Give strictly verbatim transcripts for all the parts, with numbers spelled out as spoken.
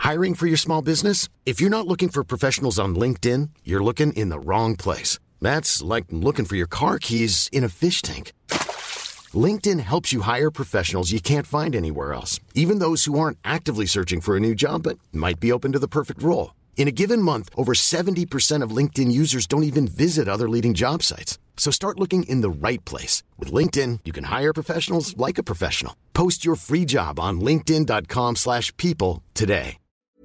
Hiring for your small business? If you're not looking for professionals on LinkedIn, you're looking in the wrong place. That's like looking for your car keys in a fish tank. LinkedIn helps you hire professionals you can't find anywhere else, even those who aren't actively searching for a new job but might be open to the perfect role. In a given month, over seventy percent of LinkedIn users don't even visit other leading job sites. So start looking in the right place. With LinkedIn, you can hire professionals like a professional. Post your free job on linkedin.com slash people today.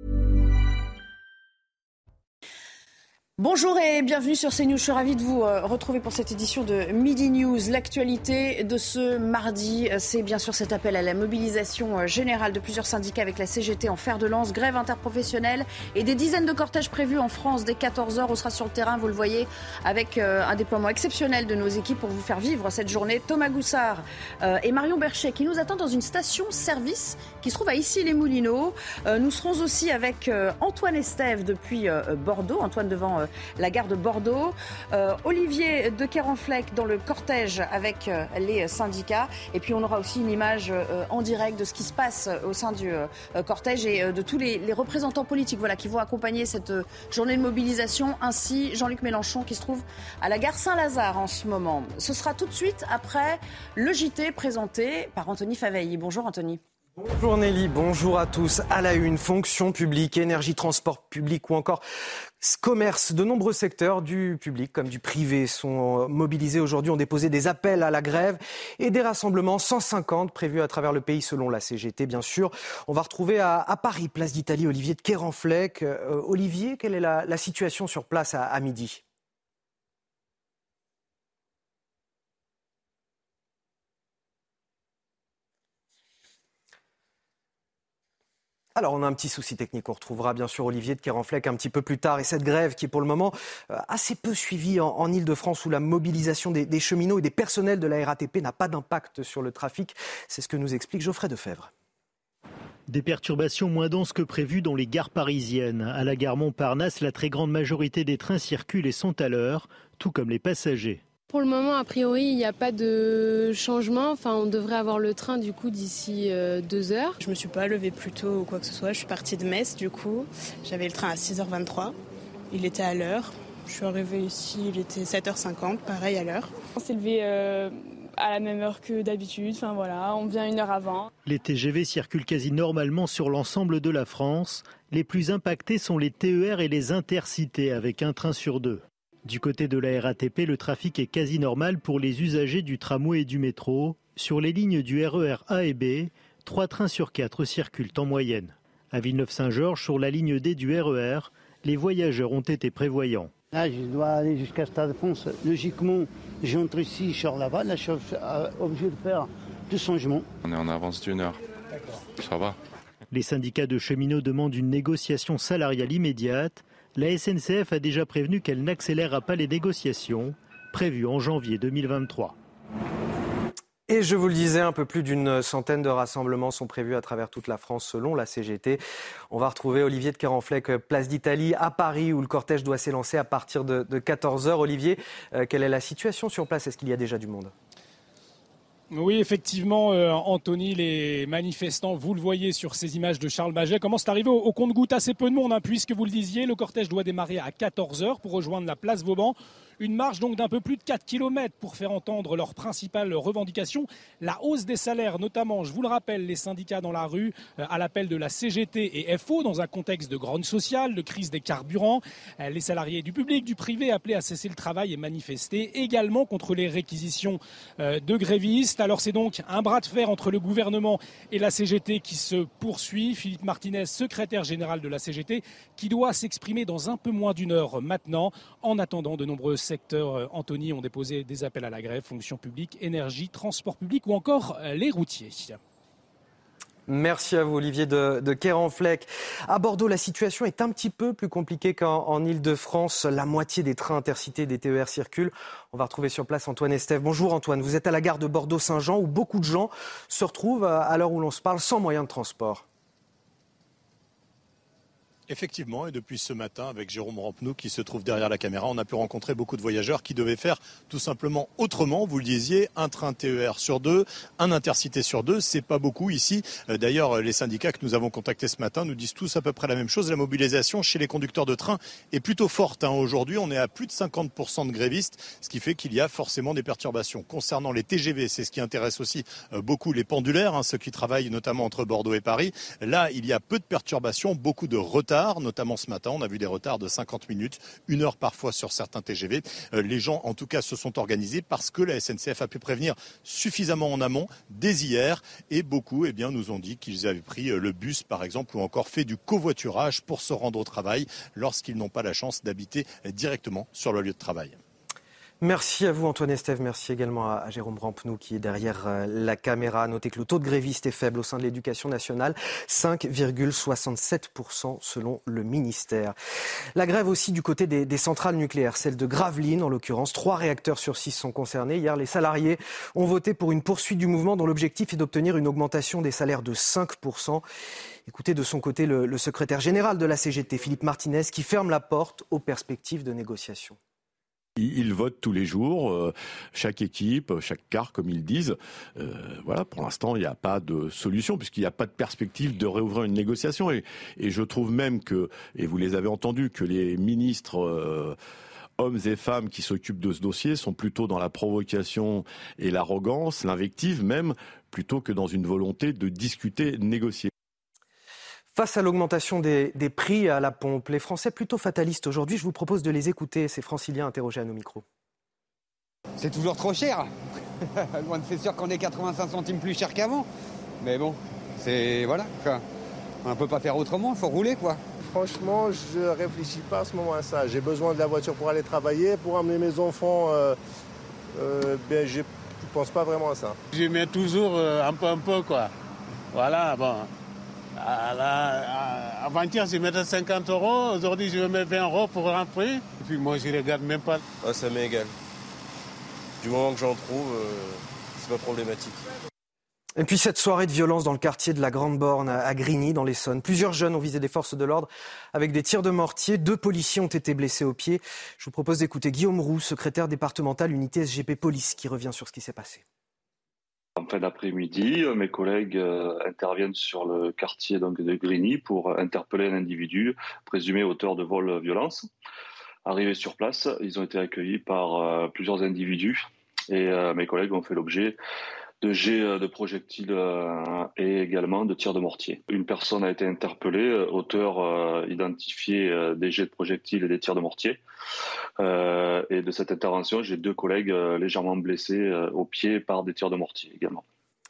Bonjour et bienvenue sur CNews. Je suis ravie de vous retrouver pour cette édition de Midi News. L'actualité de ce mardi, c'est bien sûr cet appel à la mobilisation générale de plusieurs syndicats avec la C G T en fer de lance, grève interprofessionnelle et des dizaines de cortèges prévus en France dès quatorze heures. On sera sur le terrain, vous le voyez, avec un déploiement exceptionnel de nos équipes pour vous faire vivre cette journée. Thomas Goussard et Marion Bercher qui nous attendent dans une station-service qui se trouve à Issy-les-Moulineaux. Nous serons aussi avec Antoine Estève depuis Bordeaux. Antoine devant la gare de Bordeaux. Euh, Olivier de Kerenfleck dans le cortège avec euh, les syndicats. Et puis on aura aussi une image euh, en direct de ce qui se passe au sein du euh, cortège et euh, de tous les, les représentants politiques voilà, qui vont accompagner cette euh, journée de mobilisation. Ainsi Jean-Luc Mélenchon qui se trouve à la gare Saint-Lazare en ce moment. Ce sera tout de suite après le J T présenté par Anthony Faveilly. Bonjour Anthony. Bonjour Nelly, bonjour à tous. À la une, fonction publique, énergie, transport public ou encore commerce. De nombreux secteurs du public comme du privé sont mobilisés aujourd'hui, ont déposé des appels à la grève et des rassemblements, cent cinquante prévus à travers le pays selon la C G T bien sûr. On va retrouver à, à Paris, place d'Italie, Olivier de Kerenfleck. Euh, Olivier, quelle est la, la situation sur place à, à midi ? Alors, on a un petit souci technique. On retrouvera bien sûr Olivier de Kerenfleck un petit peu plus tard. Et cette grève qui est pour le moment assez peu suivie en, en Ile-de-France où la mobilisation des, des cheminots et des personnels de la R A T P n'a pas d'impact sur le trafic. C'est ce que nous explique Geoffrey Defebvre. Des perturbations moins denses que prévues dans les gares parisiennes. À la gare Montparnasse, la très grande majorité des trains circulent et sont à l'heure, tout comme les passagers. Pour le moment, a priori, il n'y a pas de changement. Enfin, on devrait avoir le train du coup d'ici euh, deux heures. Je ne me suis pas levée plus tôt ou quoi que ce soit. Je suis partie de Metz du coup. J'avais le train à six heures vingt-trois. Il était à l'heure. Je suis arrivée ici, il était sept heures cinquante, pareil à l'heure. On s'est levé euh, à la même heure que d'habitude. Enfin voilà, on vient une heure avant. Les T G V circulent quasi normalement sur l'ensemble de la France. Les plus impactés sont les T E R et les intercités avec un train sur deux. Du côté de la R A T P, le trafic est quasi normal pour les usagers du tramway et du métro. Sur les lignes du R E R A et B, trois trains sur quatre circulent en moyenne. À Villeneuve-Saint-Georges, sur la ligne D du R E R, les voyageurs ont été prévoyants. Là, je dois aller jusqu'à Stade de France. Logiquement, j'entre ici, je sors là-bas. Là, je suis obligé de faire deux changements. On est en avance d'une heure. D'accord. Ça va. Les syndicats de cheminots demandent une négociation salariale immédiate. La S N C F a déjà prévenu qu'elle n'accélérera pas les négociations, prévues en janvier deux mille vingt-trois. Et je vous le disais, un peu plus d'une centaine de rassemblements sont prévus à travers toute la France selon la C G T. On va retrouver Olivier de Kerenfleck, place d'Italie, à Paris, où le cortège doit s'élancer à partir de, de quatorze heures. Olivier, euh, quelle est la situation sur place ? Est-ce qu'il y a déjà du monde ? Oui, effectivement, euh, Anthony, les manifestants, vous le voyez sur ces images de Charles Baget, commencent à arriver au, au compte-gouttes. Assez peu de monde, hein, puisque vous le disiez, le cortège doit démarrer à quatorze heures pour rejoindre la place Vauban. Une marche donc d'un peu plus de quatre kilomètres pour faire entendre leurs principales revendications. La hausse des salaires, notamment, je vous le rappelle, les syndicats dans la rue euh, à l'appel de la C G T et F O dans un contexte de grogne sociale, de crise des carburants. Euh, les salariés du public, du privé appelés à cesser le travail et manifester également contre les réquisitions euh, de grévistes. Alors c'est donc un bras de fer entre le gouvernement et la C G T qui se poursuit. Philippe Martinez, secrétaire général de la C G T, qui doit s'exprimer dans un peu moins d'une heure maintenant. En attendant, de nombreux secteurs, Anthony, ont déposé des appels à la grève, fonction publique, énergie, transport public ou encore les routiers. Merci à vous Olivier de, de Kerenfleck. À Bordeaux, la situation est un petit peu plus compliquée qu'en en Ile-de-France. La moitié des trains intercités des T E R circulent. On va retrouver sur place Antoine Estève. Bonjour Antoine, vous êtes à la gare de Bordeaux-Saint-Jean où beaucoup de gens se retrouvent à l'heure où l'on se parle sans moyen de transport. Effectivement, et depuis ce matin, avec Jérôme Rampenou qui se trouve derrière la caméra, on a pu rencontrer beaucoup de voyageurs qui devaient faire tout simplement autrement. Vous le disiez, un train T E R sur deux, un intercité sur deux, c'est pas beaucoup ici. D'ailleurs, les syndicats que nous avons contactés ce matin nous disent tous à peu près la même chose. La mobilisation chez les conducteurs de train est plutôt forte. Hein. Aujourd'hui, on est à plus de cinquante pour cent de grévistes, ce qui fait qu'il y a forcément des perturbations. Concernant les T G V, c'est ce qui intéresse aussi beaucoup les pendulaires, hein, ceux qui travaillent notamment entre Bordeaux et Paris. Là, il y a peu de perturbations, beaucoup de retards. Notamment ce matin, on a vu des retards de cinquante minutes, une heure parfois sur certains T G V. Euh, les gens, en tout cas, se sont organisés parce que la S N C F a pu prévenir suffisamment en amont dès hier. Et beaucoup eh bien, nous ont dit qu'ils avaient pris le bus, par exemple, ou encore fait du covoiturage pour se rendre au travail lorsqu'ils n'ont pas la chance d'habiter directement sur le lieu de travail. Merci à vous Antoine Estève, merci également à Jérôme Rampenou qui est derrière la caméra. Notez que le taux de grévistes est faible au sein de l'éducation nationale, cinq virgule soixante-sept pour cent selon le ministère. La grève aussi du côté des, des centrales nucléaires, celle de Gravelines en l'occurrence. Trois réacteurs sur six sont concernés. Hier, les salariés ont voté pour une poursuite du mouvement dont l'objectif est d'obtenir une augmentation des salaires de cinq pour cent. Écoutez de son côté le, le secrétaire général de la C G T, Philippe Martinez, qui ferme la porte aux perspectives de négociation. Ils votent tous les jours, euh, chaque équipe, chaque quart, comme ils disent. Euh, voilà, pour l'instant, il n'y a pas de solution, puisqu'il n'y a pas de perspective de réouvrir une négociation. Et, et je trouve même que, et vous les avez entendus, que les ministres, euh, hommes et femmes qui s'occupent de ce dossier, sont plutôt dans la provocation et l'arrogance, l'invective même, plutôt que dans une volonté de discuter, de négocier. Face à l'augmentation des, des prix à la pompe, les Français plutôt fatalistes aujourd'hui, je vous propose de les écouter. Ces Franciliens interrogés à nos micros. C'est toujours trop cher. C'est sûr qu'on est quatre-vingt-cinq centimes plus cher qu'avant. Mais bon, c'est voilà. On ne peut pas faire autrement, il faut rouler quoi. Franchement, je ne réfléchis pas à ce moment à ça. J'ai besoin de la voiture pour aller travailler, pour emmener mes enfants. Euh, euh, ben, je ne pense pas vraiment à ça. Je mets toujours euh, un peu, un peu quoi. Voilà, bon. Avant-hier, je mettais cinquante euros. Aujourd'hui, je mets vingt euros pour rentrer. Et puis moi, je ne regarde même pas. Ah, ça m'est égal. Du moment que j'en trouve, euh, c'est pas problématique. Et puis cette soirée de violence dans le quartier de la Grande Borne à Grigny, dans l'Essonne. Plusieurs jeunes ont visé des forces de l'ordre avec des tirs de mortier. Deux policiers ont été blessés au pied. Je vous propose d'écouter Guillaume Roux, secrétaire départemental unité S G P Police, qui revient sur ce qui s'est passé. En fin d'après-midi, mes collègues euh, interviennent sur le quartier donc, de Grigny pour interpeller un individu présumé auteur de vol-violence. Arrivés sur place, ils ont été accueillis par euh, plusieurs individus et euh, mes collègues ont fait l'objet de jets de projectiles euh, et également de tirs de mortier. Une personne a été interpellée, euh, auteur euh, identifié euh, des jets de projectiles et des tirs de mortier. Euh, et de cette intervention, j'ai deux collègues euh, légèrement blessés euh, au pied par des tirs de mortier également.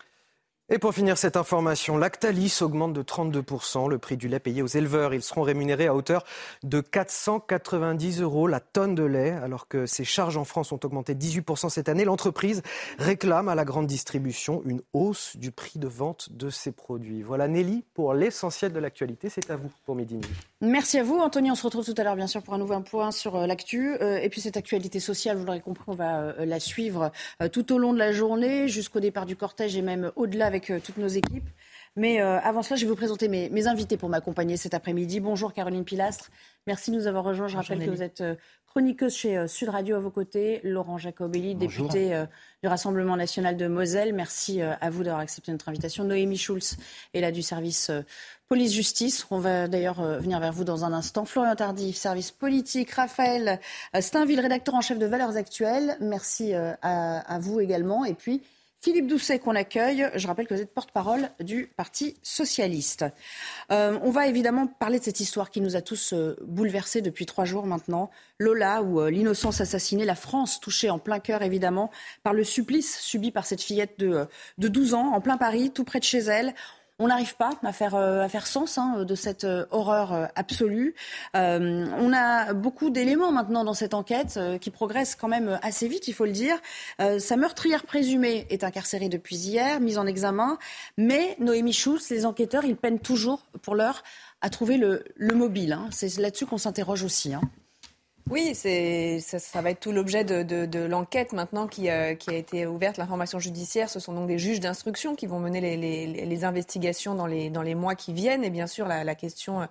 Et pour finir cette information, Lactalis augmente de trente-deux pour cent le prix du lait payé aux éleveurs. Ils seront rémunérés à hauteur de quatre cent quatre-vingt-dix euros la tonne de lait, alors que ses charges en France ont augmenté de dix-huit pour cent cette année. L'entreprise réclame à la grande distribution une hausse du prix de vente de ses produits. Voilà Nelly pour l'essentiel de l'actualité. C'est à vous pour Midi News. Merci à vous Anthony. On se retrouve tout à l'heure bien sûr pour un nouveau point sur l'actu. Et puis cette actualité sociale, vous l'aurez compris, on va la suivre tout au long de la journée jusqu'au départ du cortège et même au-delà avec toutes nos équipes. Mais euh, avant cela, je vais vous présenter mes, mes invités pour m'accompagner cet après-midi. Bonjour Caroline Pilastre, merci de nous avoir rejoints. Je Bonjour, rappelle Nelly. Que vous êtes euh, chroniqueuse chez euh, Sud Radio à vos côtés. Laurent Jacobelli, Bonjour. député euh, du Rassemblement national de Moselle. Merci euh, à vous d'avoir accepté notre invitation. Noémie Schulz est là du service euh, police-justice. On va d'ailleurs euh, venir vers vous dans un instant. Florian Tardif, service politique. Raphaël euh, Steinville, rédacteur en chef de Valeurs Actuelles. Merci euh, à, à vous également. Et puis Philippe Doucet qu'on accueille. Je rappelle que vous êtes porte-parole du Parti socialiste. Euh, on va évidemment parler de cette histoire qui nous a tous euh, bouleversés depuis trois jours maintenant. Lola, où euh, l'innocence assassinée, la France touchée en plein cœur évidemment par le supplice subi par cette fillette de, euh, de douze ans en plein Paris, tout près de chez elle. On n'arrive pas à faire, euh, à faire sens hein, de cette euh, horreur euh, absolue. Euh, on a beaucoup d'éléments maintenant dans cette enquête euh, qui progresse quand même assez vite, il faut le dire. Euh, sa meurtrière présumée est incarcérée depuis hier, mise en examen. Mais Noémie Schulz, les enquêteurs, ils peinent toujours pour l'heure à trouver le, le mobile. Hein. C'est là-dessus qu'on s'interroge aussi. Hein. Oui, c'est, ça, ça va être tout l'objet de, de, de l'enquête maintenant qui, euh, qui a été ouverte, l'information judiciaire. Ce sont donc des juges d'instruction qui vont mener les, les, les investigations dans les, dans les mois qui viennent. Et bien sûr, la, la question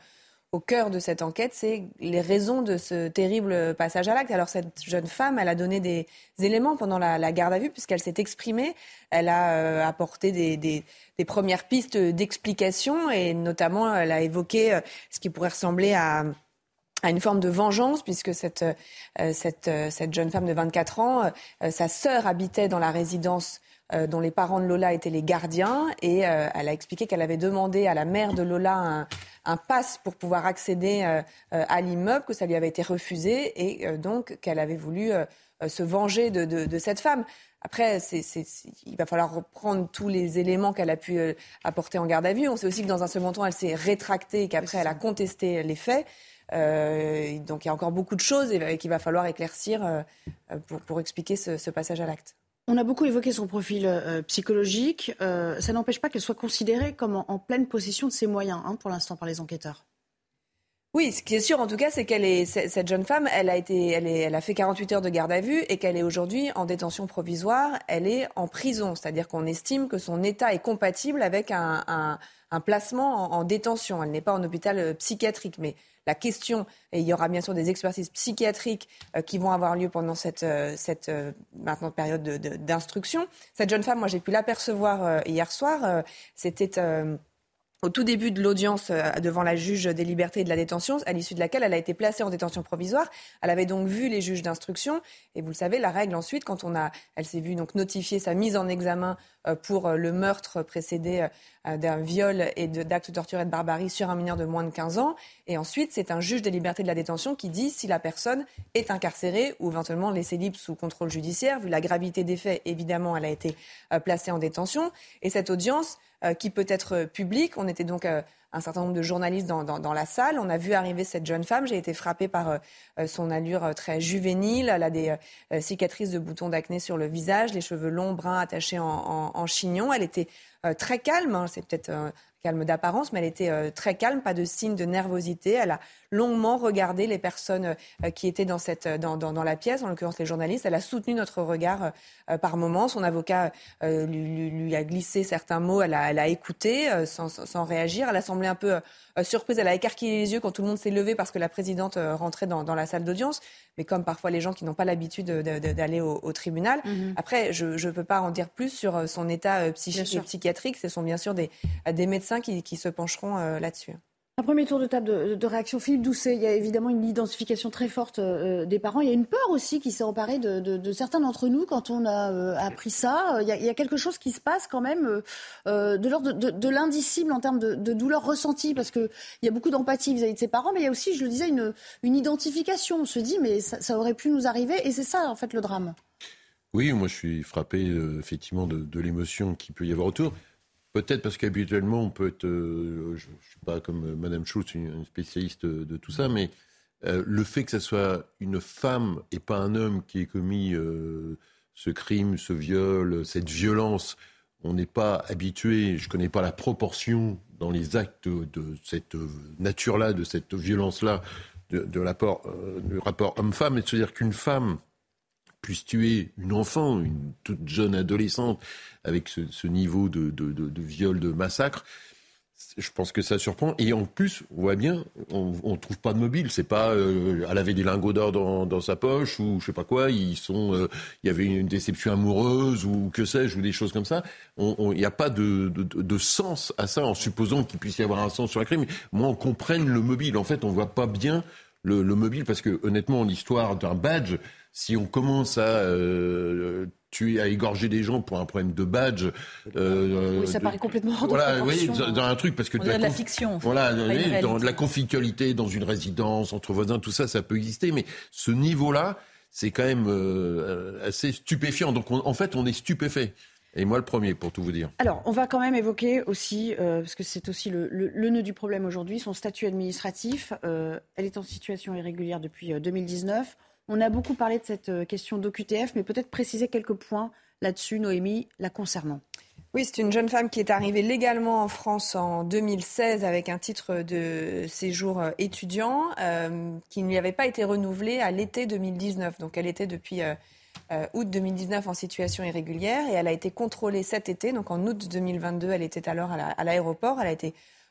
au cœur de cette enquête, c'est les raisons de ce terrible passage à l'acte. Alors cette jeune femme, elle a donné des éléments pendant la, la garde à vue puisqu'elle s'est exprimée. Elle a euh, apporté des, des, des premières pistes d'explication et notamment elle a évoqué euh, ce qui pourrait ressembler à... à une forme de vengeance, puisque cette, euh, cette, euh, cette jeune femme de vingt-quatre ans, euh, sa sœur habitait dans la résidence euh, dont les parents de Lola étaient les gardiens, et euh, elle a expliqué qu'elle avait demandé à la mère de Lola un, un pass pour pouvoir accéder euh, euh, à l'immeuble, que ça lui avait été refusé, et euh, donc qu'elle avait voulu euh, se venger de, de, de cette femme. Après, c'est, c'est, c'est, il va falloir reprendre tous les éléments qu'elle a pu euh, apporter en garde à vue. On sait aussi que dans un second temps, elle s'est rétractée et qu'après, elle a contesté les faits. Euh, donc il y a encore beaucoup de choses et, qu'il va falloir éclaircir euh, pour, pour expliquer ce, ce passage à l'acte. On a beaucoup évoqué son profil euh, psychologique. Euh, ça n'empêche pas qu'elle soit considérée comme en, en pleine possession de ses moyens, hein, pour l'instant, par les enquêteurs. Oui, ce qui est sûr en tout cas, c'est qu'elle est cette jeune femme, elle a été, elle, est, elle a fait quarante-huit heures de garde à vue et qu'elle est aujourd'hui en détention provisoire. Elle est en prison, c'est-à-dire qu'on estime que son état est compatible avec un, un, un placement en, en détention. Elle n'est pas en hôpital psychiatrique, mais la question, et il y aura bien sûr des expertises psychiatriques euh, qui vont avoir lieu pendant cette, euh, cette euh, maintenant période de, de, d'instruction. Cette jeune femme, moi j'ai pu l'apercevoir euh, hier soir. Euh, c'était euh, au tout début de l'audience euh, devant la juge des libertés et de la détention, à l'issue de laquelle elle a été placée en détention provisoire. Elle avait donc vu les juges d'instruction. Et vous le savez, la règle ensuite, quand on a, elle s'est vue donc notifier sa mise en examen euh, pour euh, le meurtre précédé euh, d'un viol et de, d'actes de torture et de barbarie sur un mineur de moins de quinze ans. Et ensuite, c'est un juge des libertés de la détention qui dit si la personne est incarcérée ou éventuellement laissée libre sous contrôle judiciaire. Vu la gravité des faits, évidemment, elle a été euh, placée en détention. Et cette audience, euh, qui peut être publique, on était donc euh, un certain nombre de journalistes dans, dans, dans la salle. On a vu arriver cette jeune femme. J'ai été frappée par euh, son allure euh, très juvénile. Elle a des euh, cicatrices de boutons d'acné sur le visage, les cheveux longs, bruns, attachés en, en, en chignon. Elle était euh, très calme. Hein. C'est peut-être euh, calme d'apparence, mais elle était euh, très calme, pas de signe de nervosité. Elle a longuement regardé les personnes euh, qui étaient dans, cette, dans, dans, dans la pièce, en l'occurrence les journalistes. Elle a soutenu notre regard euh, par moments. Son avocat euh, lui, lui a glissé certains mots. Elle a, elle a écouté euh, sans, sans réagir. Elle a semblé un peu euh, surprise. Elle a écarquillé les yeux quand tout le monde s'est levé parce que la présidente euh, rentrait dans, dans la salle d'audience. Mais comme parfois les gens qui n'ont pas l'habitude de, de, de, d'aller au, au tribunal. Mm-hmm. Après, je ne peux pas en dire plus sur son état euh, psychique et psychiatrique. Ce sont bien sûr des, des médecins qui, qui se pencheront euh, là-dessus. Un premier tour de table de, de réaction. Philippe Doucet, il y a évidemment une identification très forte euh, des parents. Il y a une peur aussi qui s'est emparée de, de, de certains d'entre nous quand on a euh, appris ça. Il y, a, il y a quelque chose qui se passe quand même euh, de l'ordre de, de, de l'indicible en termes de, de douleur ressentie, parce qu'il y a beaucoup d'empathie vis-à-vis de ses parents, mais il y a aussi, je le disais, une, une identification. On se dit, mais ça, ça aurait pu nous arriver, et c'est ça en fait le drame. Oui, moi je suis frappé euh, effectivement de, de l'émotion qu'il peut y avoir autour. Peut-être parce qu'habituellement, on peut être, euh, je ne suis pas comme Madame Schultz, une, une spécialiste de, de tout ça, mais euh, le fait que ce soit une femme et pas un homme qui ait commis euh, ce crime, ce viol, cette violence, on n'est pas habitué, je ne connais pas la proportion dans les actes de cette nature-là, de cette violence-là, de, de rapport, euh, du rapport homme-femme, et de se dire qu'une femme puisse tuer une enfant, une toute jeune adolescente, avec ce, ce niveau de, de, de, de viol, de massacre, je pense que ça surprend. Et en plus, on voit bien, on ne trouve pas de mobile. C'est pas, euh, elle avait des lingots d'or dans, dans sa poche ou je sais pas quoi. Ils sont, euh, il y avait une déception amoureuse ou que sais-je, ou des choses comme ça. Il n'y a pas de, de, de sens à ça, en supposant qu'il puisse y avoir un sens sur un crime. Moi, on comprenne le mobile. En fait, on voit pas bien le, le mobile parce que honnêtement, l'histoire d'un badge, si on commence à euh, tuer, à égorger des gens pour un problème de badge, euh, oui, ça de, paraît complètement hors de voilà, proportion. Oui, dans un truc parce que on de la, de la fiction. Voilà, oui, dans de la conflictualité dans une résidence entre voisins, tout ça, ça peut exister, mais ce niveau-là, c'est quand même euh, assez stupéfiant. Donc, on, en fait, on est stupéfait. Et moi, le premier, pour tout vous dire. Alors, on va quand même évoquer aussi, euh, parce que c'est aussi le, le, le nœud du problème aujourd'hui, son statut administratif. Euh, elle est en situation irrégulière depuis euh, deux mille dix-neuf. On a beaucoup parlé de cette question d'O Q T F, mais peut-être préciser quelques points là-dessus, Noémie, la concernant. Oui, c'est une jeune femme qui est arrivée légalement en France en deux mille seize avec un titre de séjour étudiant euh, qui ne lui avait pas été renouvelé à l'été deux mille dix-neuf. Donc elle était depuis euh, euh, août deux mille dix-neuf en situation irrégulière et elle a été contrôlée cet été. Donc en août deux mille vingt-deux, elle était alors à, la, à l'aéroport. Elle a été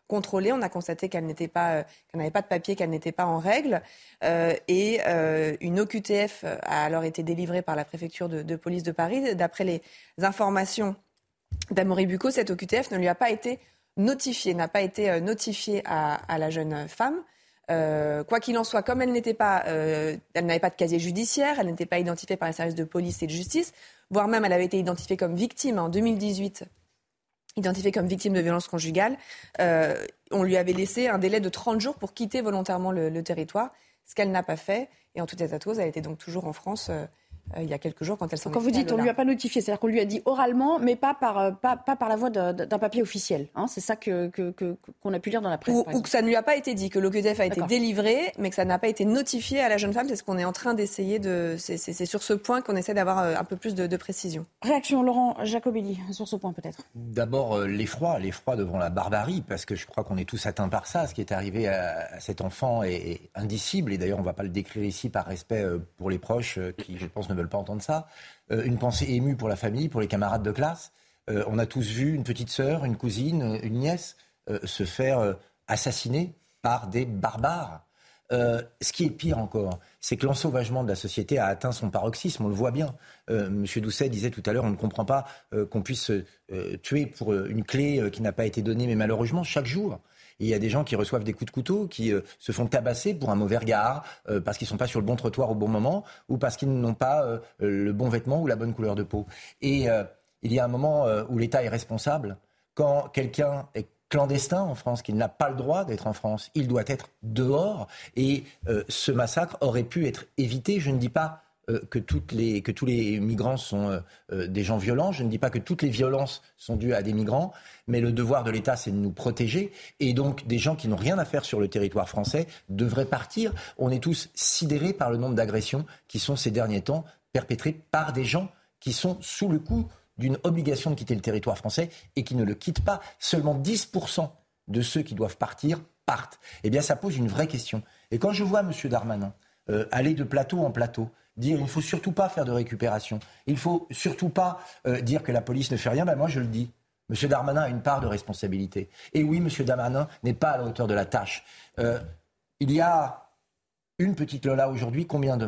contrôlée. On a constaté qu'elle n'était pas, euh, qu'elle n'avait pas de papier, qu'elle n'était pas en règle. Euh, et euh, une O Q T F a alors été délivrée par la préfecture de, de police de Paris. D'après les informations d'Amaury Bucco, cette O Q T F ne lui a pas été notifiée, n'a pas été notifiée à, à la jeune femme. Euh, quoi qu'il en soit, comme elle n'était pas, euh, elle n'avait pas de casier judiciaire, elle n'était pas identifiée par les services de police et de justice, voire même elle avait été identifiée comme victime en deux mille dix-huit, identifiée comme victime de violences conjugales. Euh, on lui avait laissé un délai de trente jours pour quitter volontairement le, le territoire, ce qu'elle n'a pas fait. Et en tout état de cause, elle était donc toujours en France euh, euh, il y a quelques jours quand elle s'en est Quand vous dites on ne lui a pas notifié, c'est-à-dire qu'on lui a dit oralement, mais pas par, pas, pas par la voie d'un, d'un papier officiel. Hein, c'est ça que, que, que, qu'on a pu lire dans la presse. Ou, ou que ça ne lui a pas été dit, que l'O Q T F a D'accord. été délivré, mais que ça n'a pas été notifié à la jeune femme. C'est ce qu'on est en train d'essayer de... C'est, c'est, c'est sur ce point qu'on essaie d'avoir un peu plus de, de précision. Réaction, Laurent Jacobelli, sur ce point peut-être. D'abord, euh, l'effroi, l'effroi devant la barbarie, parce que je crois qu'on est tous atteints par ça. Ce qui est arrivé à, à cet enfant est, est indicible, et d'ailleurs on ne va pas le décrire ici par respect euh, pour les proches euh, qui, je pense, ne veulent pas entendre ça. Euh, une pensée émue pour la famille, pour les camarades de classe. Euh, on a tous vu une petite sœur, une cousine, une nièce euh, se faire euh, assassiner par des barbares. Euh, ce qui est pire encore, c'est que l'ensauvagement de la société a atteint son paroxysme, on le voit bien. Euh, Monsieur Doucet disait tout à l'heure, on ne comprend pas euh, qu'on puisse euh, tuer pour euh, une clé euh, qui n'a pas été donnée, mais malheureusement, chaque jour. Et il y a des gens qui reçoivent des coups de couteau, qui euh, se font tabasser pour un mauvais regard, euh, parce qu'ils ne sont pas sur le bon trottoir au bon moment, ou parce qu'ils n'ont pas euh, le bon vêtement ou la bonne couleur de peau. Et euh, il y a un moment euh, où l'État est responsable. Quand quelqu'un est clandestin en France, qui n'a pas le droit d'être en France, il doit être dehors. Et euh, ce massacre aurait pu être évité. Je ne dis pas euh, que, toutes les, que tous les migrants sont euh, euh, des gens violents. Je ne dis pas que toutes les violences sont dues à des migrants. Mais le devoir de l'État, c'est de nous protéger. Et donc, des gens qui n'ont rien à faire sur le territoire français devraient partir. On est tous sidérés par le nombre d'agressions qui sont ces derniers temps perpétrées par des gens qui sont sous le coup d'une obligation de quitter le territoire français et qui ne le quittent pas. Seulement dix pour cent de ceux qui doivent partir partent. Eh bien, ça pose une vraie question. Et quand je vois M. Darmanin euh, aller de plateau en plateau, dire il ne faut surtout pas faire de récupération, il ne faut surtout pas euh, dire que la police ne fait rien, ben moi je le dis. M. Darmanin a une part de responsabilité. Et oui, M. Darmanin n'est pas à la hauteur de la tâche. Euh, il y a une petite Lola aujourd'hui, combien demain ?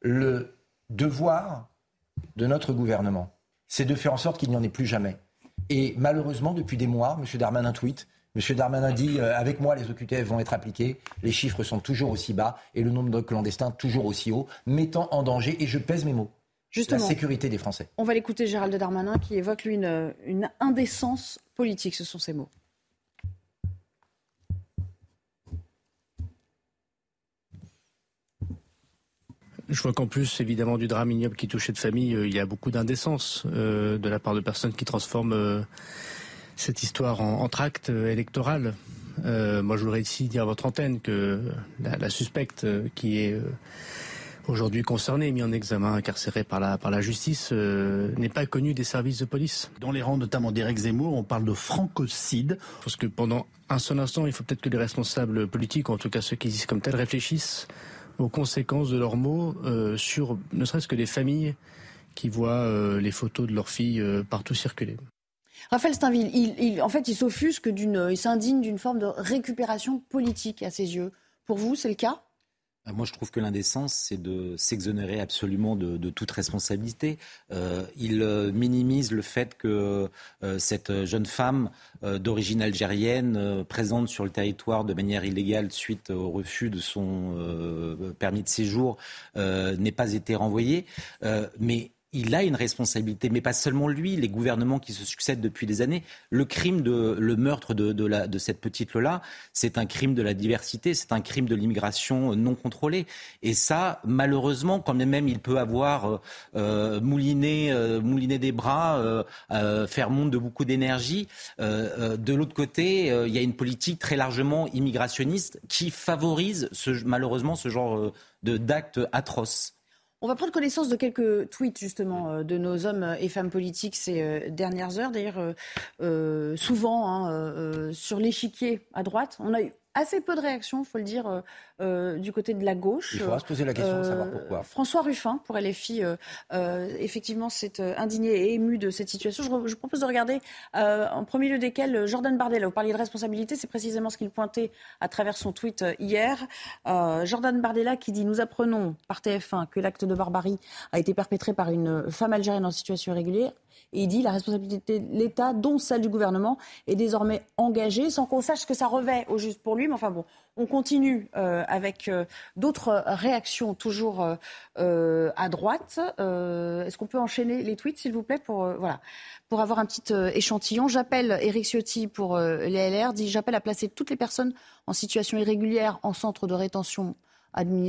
Le devoir de notre gouvernement, c'est de faire en sorte qu'il n'y en ait plus jamais. Et malheureusement, depuis des mois, M. Darmanin tweet, M. Darmanin dit euh, « Avec moi, les O Q T F vont être appliqués, les chiffres sont toujours aussi bas et le nombre de clandestins toujours aussi haut, mettant en danger, et je pèse mes mots, Justement, la sécurité des Français. » On va l'écouter, Gérald Darmanin, qui évoque lui une, une indécence politique, ce sont ses mots. Je vois qu'en plus, évidemment, du drame ignoble qui touche cette famille, euh, il y a beaucoup d'indécence euh, de la part de personnes qui transforment euh, cette histoire en, en tract euh, électoral. Euh, moi, je voudrais ici dire à votre antenne que la, la suspecte euh, qui est euh, aujourd'hui concernée, mise en examen, incarcérée par la, par la justice, euh, n'est pas connue des services de police. Dans les rangs notamment d'Éric Zemmour, on parle de francocide. Parce que pendant un seul instant, il faut peut-être que les responsables politiques, ou en tout cas ceux qui existent comme tels, réfléchissent aux conséquences de leurs mots euh, sur ne serait-ce que des familles qui voient euh, les photos de leurs filles euh, partout circuler. Raphaël Steinville, il, il, en fait, il s'offusque d'une, il s'indigne d'une forme de récupération politique à ses yeux. Pour vous, c'est le cas ? Moi, je trouve que l'indécence, c'est de s'exonérer absolument de, de toute responsabilité. Euh, il euh, minimise le fait que euh, cette jeune femme euh, d'origine algérienne, euh, présente sur le territoire de manière illégale suite au refus de son euh, permis de séjour, euh, n'ait pas été renvoyée. Euh, mais il a une responsabilité, mais pas seulement lui, les gouvernements qui se succèdent depuis des années. Le crime, de, le meurtre de, de, la, de cette petite Lola, c'est un crime de la diversité, c'est un crime de l'immigration non contrôlée. Et ça, malheureusement, quand même il peut avoir euh, mouliné, euh, mouliné des bras, euh, euh, faire montre de beaucoup d'énergie, euh, euh, de l'autre côté, euh, il y a une politique très largement immigrationniste qui favorise ce, malheureusement ce genre de, d'actes atroces. On va prendre connaissance de quelques tweets justement de nos hommes et femmes politiques ces dernières heures. D'ailleurs, euh, souvent hein, euh, sur l'échiquier à droite, on a eu assez peu de réactions, il faut le dire, euh, euh, du côté de la gauche. Il faudra se poser la question euh, de savoir pourquoi. François Ruffin, pour L F I, euh, euh, effectivement, s'est indigné et ému de cette situation. Je, re, je propose de regarder, euh, en premier lieu desquels, Jordan Bardella. Vous parliez de responsabilité, c'est précisément ce qu'il pointait à travers son tweet hier. Euh, Jordan Bardella qui dit « Nous apprenons par T F un que l'acte de barbarie a été perpétré par une femme algérienne en situation irrégulière. » Et il dit la responsabilité de l'État, dont celle du gouvernement, est désormais engagée, sans qu'on sache ce que ça revêt au juste pour lui. Mais enfin bon, on continue euh, avec euh, d'autres réactions, toujours euh, euh, à droite. Euh, est-ce qu'on peut enchaîner les tweets, s'il vous plaît, pour, euh, voilà, pour avoir un petit euh, échantillon. J'appelle Éric Ciotti pour euh, les L R, dit « J'appelle à placer toutes les personnes en situation irrégulière en centre de rétention administratif ».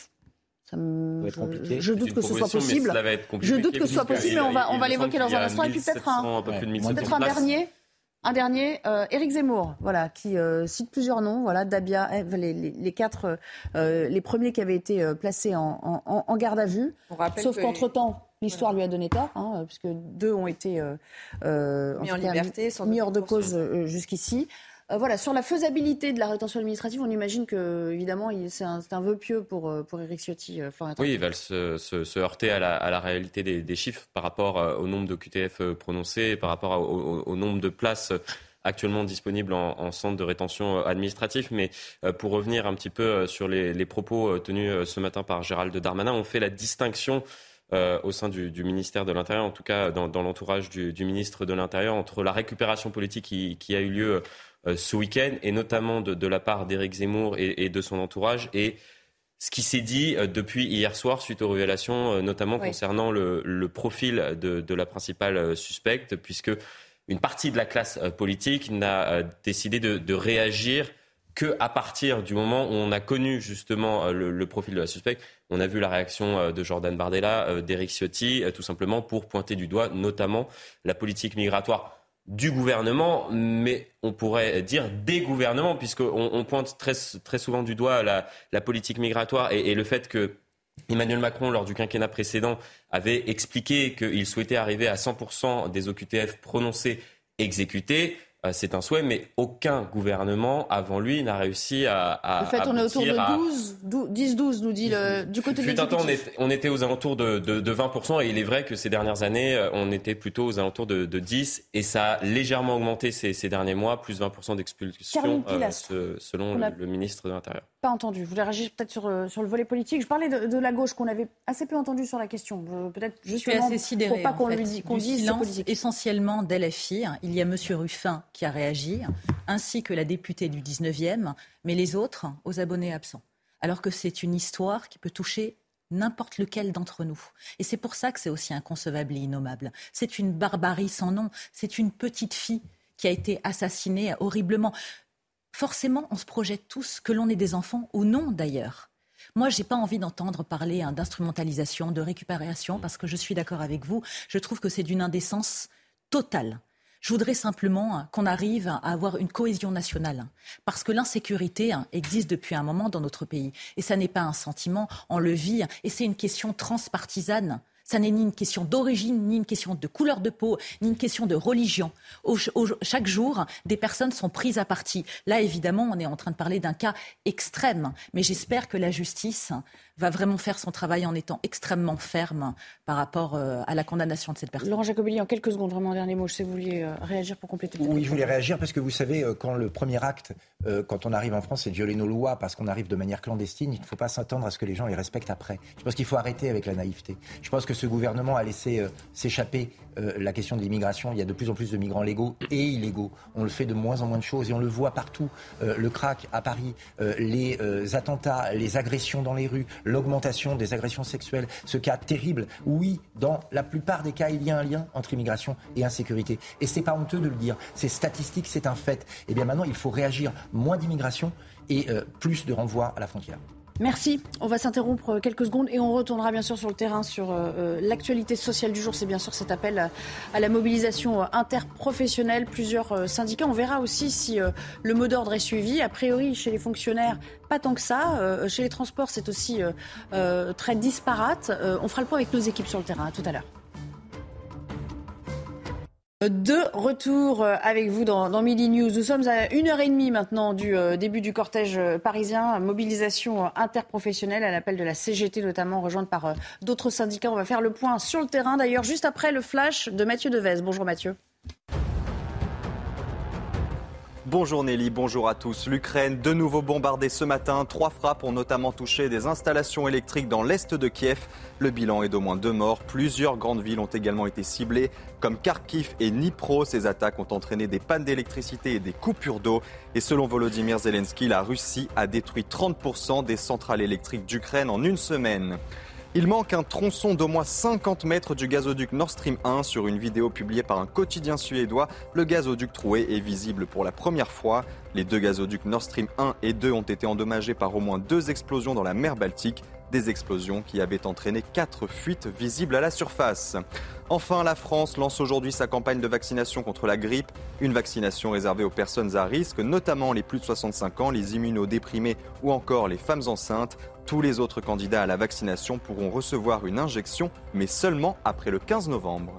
Ça me... je, je doute que ce soit possible. Je doute que ce soit possible, mais on va, on va l'évoquer dans un instant. Et puis peut-être un, peut-être un dernier, un dernier, euh, Éric Zemmour, voilà, qui euh, cite plusieurs noms, voilà, Dabia, les, les, les quatre, euh, les premiers qui avaient été euh, placés en, en, en garde à vue. Sauf que... qu'entre-temps, l'histoire lui a donné tort, hein, puisque deux ont été euh, euh, mis en, en liberté, cas, mis hors de cause euh, jusqu'ici. Euh, voilà, sur la faisabilité de la rétention administrative, on imagine que, évidemment, il, c'est, un, c'est un vœu pieux pour, pour Éric Ciotti. Euh, oui, ils veulent se, se, se heurter à la, à la réalité des, des chiffres par rapport au nombre de Q T F prononcés, par rapport au, au, au nombre de places actuellement disponibles en, en centre de rétention administratif. Mais euh, pour revenir un petit peu sur les, les propos tenus ce matin par Gérald Darmanin, on fait la distinction Euh, au sein du, du ministère de l'Intérieur, en tout cas dans, dans l'entourage du, du ministre de l'Intérieur, entre la récupération politique qui, qui a eu lieu euh, ce week-end, et notamment de, de la part d'Éric Zemmour et, et de son entourage, et ce qui s'est dit euh, depuis hier soir suite aux révélations, euh, notamment oui. concernant le, le profil de, de la principale suspecte, puisque une partie de la classe euh, politique n'a euh, décidé de, de réagir qu'à partir du moment où on a connu justement le, le profil de la suspecte. On a vu la réaction de Jordan Bardella, d'Éric Ciotti, tout simplement pour pointer du doigt notamment la politique migratoire du gouvernement, mais on pourrait dire des gouvernements, puisqu'on on pointe très, très souvent du doigt la, la politique migratoire et, et le fait que Emmanuel Macron, lors du quinquennat précédent, avait expliqué qu'il souhaitait arriver à cent pour cent des O Q T F prononcés exécutés. C'est un souhait, mais aucun gouvernement avant lui n'a réussi à, à En fait, on est autour de douze, dix douze, nous dit le, du côté de l'exécutif. On, est, on était aux alentours de, de, de vingt pour cent, et il est vrai que ces dernières années, on était plutôt aux alentours de, de dix, et ça a légèrement augmenté ces, ces derniers mois, plus vingt pour cent d'expulsions, euh, selon le, le ministre de l'Intérieur. Pas entendu. Vous voulez réagir peut-être sur, sur le volet politique. Je parlais de, de la gauche qu'on avait assez peu entendu sur la question. Peut-être justement, je suis assez sidérée, pour pas qu'on fait, lui dise, qu'on du dise silence, c'est politique. Essentiellement d'L F I, il y a M. Ruffin qui a réagi, ainsi que la députée du dix-neuvième, mais les autres aux abonnés absents. Alors que c'est une histoire qui peut toucher n'importe lequel d'entre nous. Et c'est pour ça que c'est aussi inconcevable et innommable. C'est une barbarie sans nom. C'est une petite fille qui a été assassinée horriblement. Forcément, on se projette tous, que l'on ait des enfants ou non d'ailleurs. Moi, je n'ai pas envie d'entendre parler hein, d'instrumentalisation, de récupération, parce que je suis d'accord avec vous. Je trouve que c'est d'une indécence totale. Je voudrais simplement qu'on arrive à avoir une cohésion nationale, parce que l'insécurité existe depuis un moment dans notre pays. Et ça n'est pas un sentiment, on le vit, et c'est une question transpartisane. Ça n'est ni une question d'origine, ni une question de couleur de peau, ni une question de religion. Au, au, chaque jour, des personnes sont prises à partie. Là, évidemment, on est en train de parler d'un cas extrême. Mais j'espère que la justice va vraiment faire son travail en étant extrêmement ferme par rapport euh, à la condamnation de cette personne. Laurent Jacobelli, en quelques secondes, vraiment un dernier mot. Je sais que vous vouliez euh, réagir pour compléter. Oui, je voulais réagir parce que vous savez, euh, quand le premier acte, euh, quand on arrive en France, c'est de violer nos lois parce qu'on arrive de manière clandestine. Il ne faut pas s'attendre à ce que les gens les respectent après. Je pense qu'il faut arrêter avec la naïveté. Je pense que ce gouvernement a laissé euh, s'échapper euh, la question de l'immigration. Il y a de plus en plus de migrants légaux et illégaux. On le fait de moins en moins de choses et on le voit partout. Euh, le crack à Paris, euh, les euh, attentats, les agressions dans les rues, l'augmentation des agressions sexuelles, ce cas terrible. Oui, dans la plupart des cas, il y a un lien entre immigration et insécurité. Et c'est pas honteux de le dire. C'est statistique, c'est un fait. Et bien maintenant, il faut réagir. Moins d'immigration et euh, plus de renvoi à la frontière. Merci. On va s'interrompre quelques secondes et on retournera bien sûr sur le terrain sur euh, l'actualité sociale du jour. C'est bien sûr cet appel à, à la mobilisation interprofessionnelle. Plusieurs euh, syndicats. On verra aussi si euh, le mot d'ordre est suivi. A priori, chez les fonctionnaires, pas tant que ça. Euh, chez les transports, c'est aussi euh, euh, très disparate. Euh, on fera le point avec nos équipes sur le terrain. À tout à l'heure. De retour avec vous dans, dans Midi News. Nous sommes à une heure et demie maintenant du euh, début du cortège parisien. Mobilisation interprofessionnelle à l'appel de la C G T notamment, rejointe par euh, d'autres syndicats. On va faire le point sur le terrain d'ailleurs juste après le flash de Mathieu Devez. Bonjour Mathieu. Bonjour Nelly, bonjour à tous. L'Ukraine, de nouveau bombardée ce matin. Trois frappes ont notamment touché des installations électriques dans l'est de Kiev. Le bilan est d'au moins deux morts. Plusieurs grandes villes ont également été ciblées, comme Kharkiv et Dnipro. Ces attaques ont entraîné des pannes d'électricité et des coupures d'eau. Et selon Volodymyr Zelensky, la Russie a détruit trente pour cent des centrales électriques d'Ukraine en une semaine. Il manque un tronçon d'au moins cinquante mètres du gazoduc Nord Stream un. Sur une vidéo publiée par un quotidien suédois, le gazoduc troué est visible pour la première fois. Les deux gazoducs Nord Stream un et deux ont été endommagés par au moins deux explosions dans la mer Baltique. Des explosions qui avaient entraîné quatre fuites visibles à la surface. Enfin, la France lance aujourd'hui sa campagne de vaccination contre la grippe. Une vaccination réservée aux personnes à risque, notamment les plus de soixante-cinq ans, les immunodéprimés ou encore les femmes enceintes. Tous les autres candidats à la vaccination pourront recevoir une injection, mais seulement après le quinze novembre.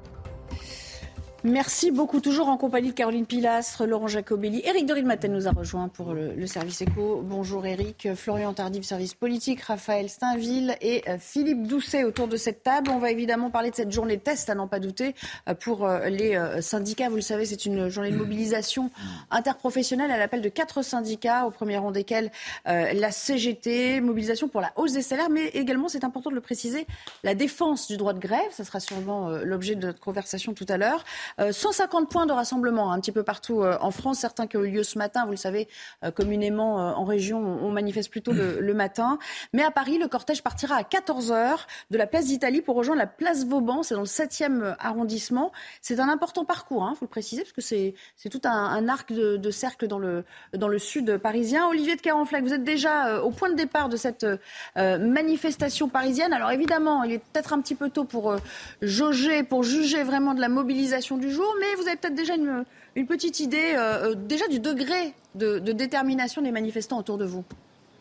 Merci beaucoup, toujours en compagnie de Caroline Pilastre, Laurent Jacobelli. Éric de Rilmaten nous a rejoint pour le, le service éco. Bonjour Éric. Florian Tardif, service politique, Raphaël Steinville et euh, Philippe Doucet autour de cette table. On va évidemment parler de cette journée test, à n'en pas douter, euh, pour euh, les euh, syndicats. Vous le savez, c'est une journée de mobilisation interprofessionnelle à l'appel de quatre syndicats, au premier rang desquels euh, la C G T. Mobilisation pour la hausse des salaires, mais également, c'est important de le préciser, la défense du droit de grève. Ça sera sûrement euh, l'objet de notre conversation tout à l'heure. Euh, cent cinquante points de rassemblement un petit peu partout euh, en France, certains qui ont eu lieu ce matin, vous le savez, euh, communément euh, en région, on, on manifeste plutôt le, le matin. Mais à Paris, le cortège partira à quatorze heures de la place d'Italie pour rejoindre la place Vauban, c'est dans le septième arrondissement. C'est un important parcours, il hein, faut le préciser, parce que c'est, c'est tout un, un arc de, de cercle dans le, dans le sud parisien. Olivier de Carenfleck, vous êtes déjà euh, au point de départ de cette euh, manifestation parisienne. Alors évidemment, il est peut-être un petit peu tôt pour euh, jauger, pour juger vraiment de la mobilisation du jour, mais vous avez peut-être déjà une, une petite idée euh, déjà du degré de, de détermination des manifestants autour de vous.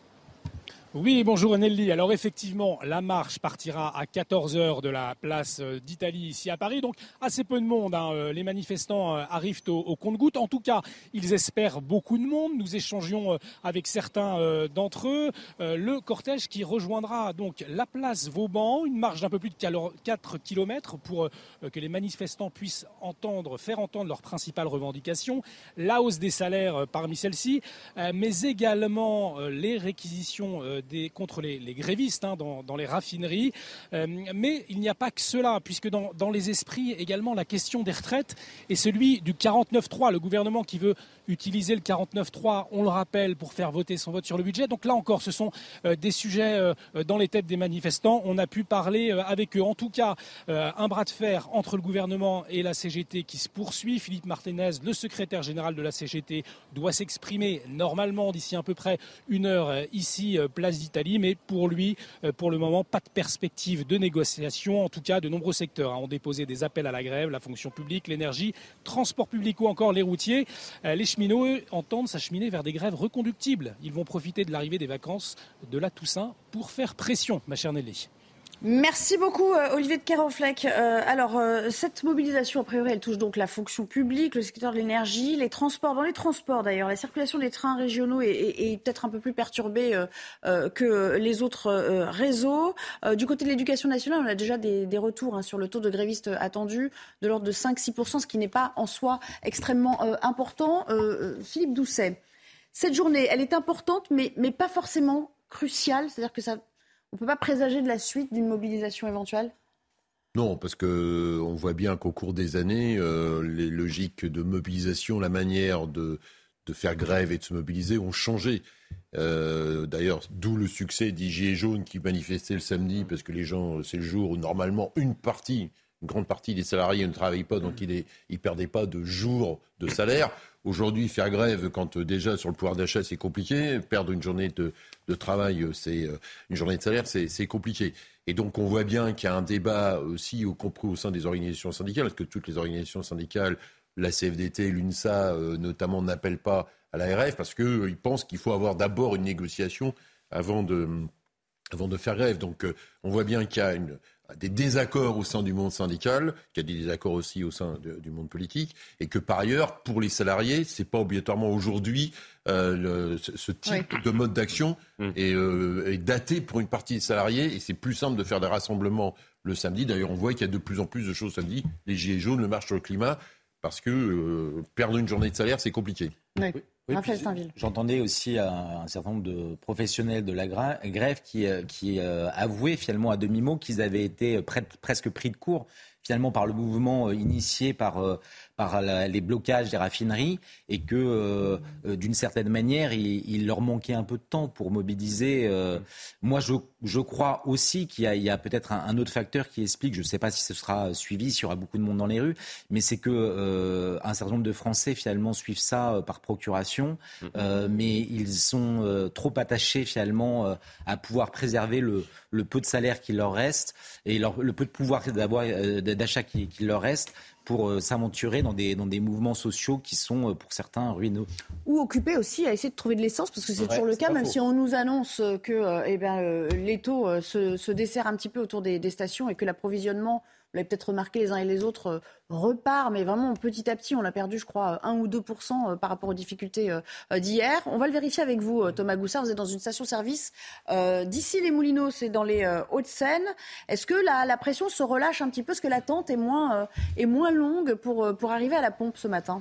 Oui, bonjour Nelly. Alors effectivement, la marche partira à quatorze heures de la place d'Italie ici à Paris. Donc assez peu de monde. Hein. Les manifestants arrivent au, au compte-gouttes. En tout cas, ils espèrent beaucoup de monde. Nous échangions avec certains d'entre eux. Le cortège qui rejoindra donc la place Vauban, une marche d'un peu plus de quatre kilomètres pour que les manifestants puissent entendre, faire entendre leurs principales revendications. La hausse des salaires parmi celles-ci, mais également les réquisitions Des, contre les, les grévistes hein, dans, dans les raffineries. Euh, mais il n'y a pas que cela, puisque dans, dans les esprits, également, la question des retraites est celui du quarante-neuf trois. Le gouvernement qui veut utiliser le quarante-neuf trois, on le rappelle, pour faire voter son vote sur le budget. Donc là encore, ce sont euh, des sujets euh, dans les têtes des manifestants. On a pu parler euh, avec eux. En tout cas, euh, un bras de fer entre le gouvernement et la C G T qui se poursuit. Philippe Martinez, le secrétaire général de la C G T, doit s'exprimer normalement d'ici à peu près une heure euh, ici, euh, place d'Italie, mais pour lui, pour le moment, pas de perspective de négociation. En tout cas, de nombreux secteurs ont déposé des appels à la grève, la fonction publique, l'énergie, transport public ou encore les routiers. Les cheminots, eux, entendent s'acheminer vers des grèves reconductibles. Ils vont profiter de l'arrivée des vacances de la Toussaint pour faire pression, ma chère Nelly. Merci beaucoup Olivier de Carenfleck. Euh, alors euh, cette mobilisation a priori elle touche donc la fonction publique, le secteur de l'énergie, les transports. Dans les transports d'ailleurs, la circulation des trains régionaux est, est, est peut-être un peu plus perturbée euh, euh, que les autres euh, réseaux. Euh, du côté de l'éducation nationale, on a déjà des, des retours hein, sur le taux de grévistes attendus de l'ordre de cinq à six pour cent, ce qui n'est pas en soi extrêmement euh, important. Euh, Philippe Doucet, cette journée elle est importante mais, mais pas forcément cruciale, c'est-à-dire que ça... On ne peut pas présager de la suite d'une mobilisation éventuelle ? Non, parce qu'on voit bien qu'au cours des années, euh, les logiques de mobilisation, la manière de, de faire grève et de se mobiliser ont changé. Euh, d'ailleurs, d'où le succès des Gilets jaunes qui manifestaient le samedi, parce que les gens, c'est le jour où normalement une partie, une grande partie des salariés ne travaillent pas, donc ils ne perdaient pas de jours de salaire. Aujourd'hui, faire grève, quand euh, déjà sur le pouvoir d'achat, c'est compliqué. Perdre une journée de, de travail, c'est euh, une journée de salaire, c'est, c'est compliqué. Et donc, on voit bien qu'il y a un débat aussi, y compris au sein des organisations syndicales, parce que toutes les organisations syndicales, la C F D T, l'UNSA, euh, notamment, n'appellent pas à la R F, parce qu'ils euh, pensent qu'il faut avoir d'abord une négociation avant de, avant de faire grève. Donc, euh, on voit bien qu'il y a une, à des désaccords au sein du monde syndical, qu'il y a des désaccords aussi au sein de, du monde politique, et que par ailleurs, pour les salariés, c'est pas obligatoirement aujourd'hui euh, le, ce, ce type oui. de mode d'action mmh. est, euh, est daté pour une partie des salariés, et c'est plus simple de faire des rassemblements le samedi. D'ailleurs, on voit qu'il y a de plus en plus de choses samedi, les gilets jaunes, le marche sur le climat, parce que euh, perdre une journée de salaire, c'est compliqué. Oui. Oui. Oui, j'entendais aussi un, un certain nombre de professionnels de la grève qui, qui euh, avouaient finalement à demi-mot qu'ils avaient été près, presque pris de court finalement par le mouvement euh, initié par, euh, par la, les blocages des raffineries et que euh, euh, d'une certaine manière il, il leur manquait un peu de temps pour mobiliser. Euh, moi je, je crois aussi qu'il y a, il y a peut-être un, un autre facteur qui explique, je ne sais pas si ce sera suivi, s'il y aura beaucoup de monde dans les rues, mais c'est que euh, un certain nombre de Français finalement suivent ça euh, par procuration, euh, mais ils sont euh, trop attachés finalement euh, à pouvoir préserver le, le peu de salaire qu'il leur reste et leur, le peu de pouvoir d'avoir, euh, d'achat qu'il, qu'il leur reste pour euh, s'aventurer dans des, dans des mouvements sociaux qui sont euh, pour certains ruineux. Ou occupés aussi à essayer de trouver de l'essence, parce que c'est ouais, toujours le cas, même faux. Si on nous annonce que euh, eh ben, euh, les taux euh, se, se desserrent un petit peu autour des, des stations et que l'approvisionnement, vous l'avez peut-être remarqué les uns et les autres, euh, repart, mais vraiment petit à petit, on a perdu, je crois, un ou deux pour cent euh, par rapport aux difficultés euh, d'hier. On va le vérifier avec vous, euh, Thomas Goussard. Vous êtes dans une station-service euh, d'ici les Moulineaux, c'est dans les euh, Hauts-de-Seine. Est-ce que la, la pression se relâche un petit peu? Est-ce que l'attente est moins, euh, est moins longue pour, euh, pour arriver à la pompe ce matin?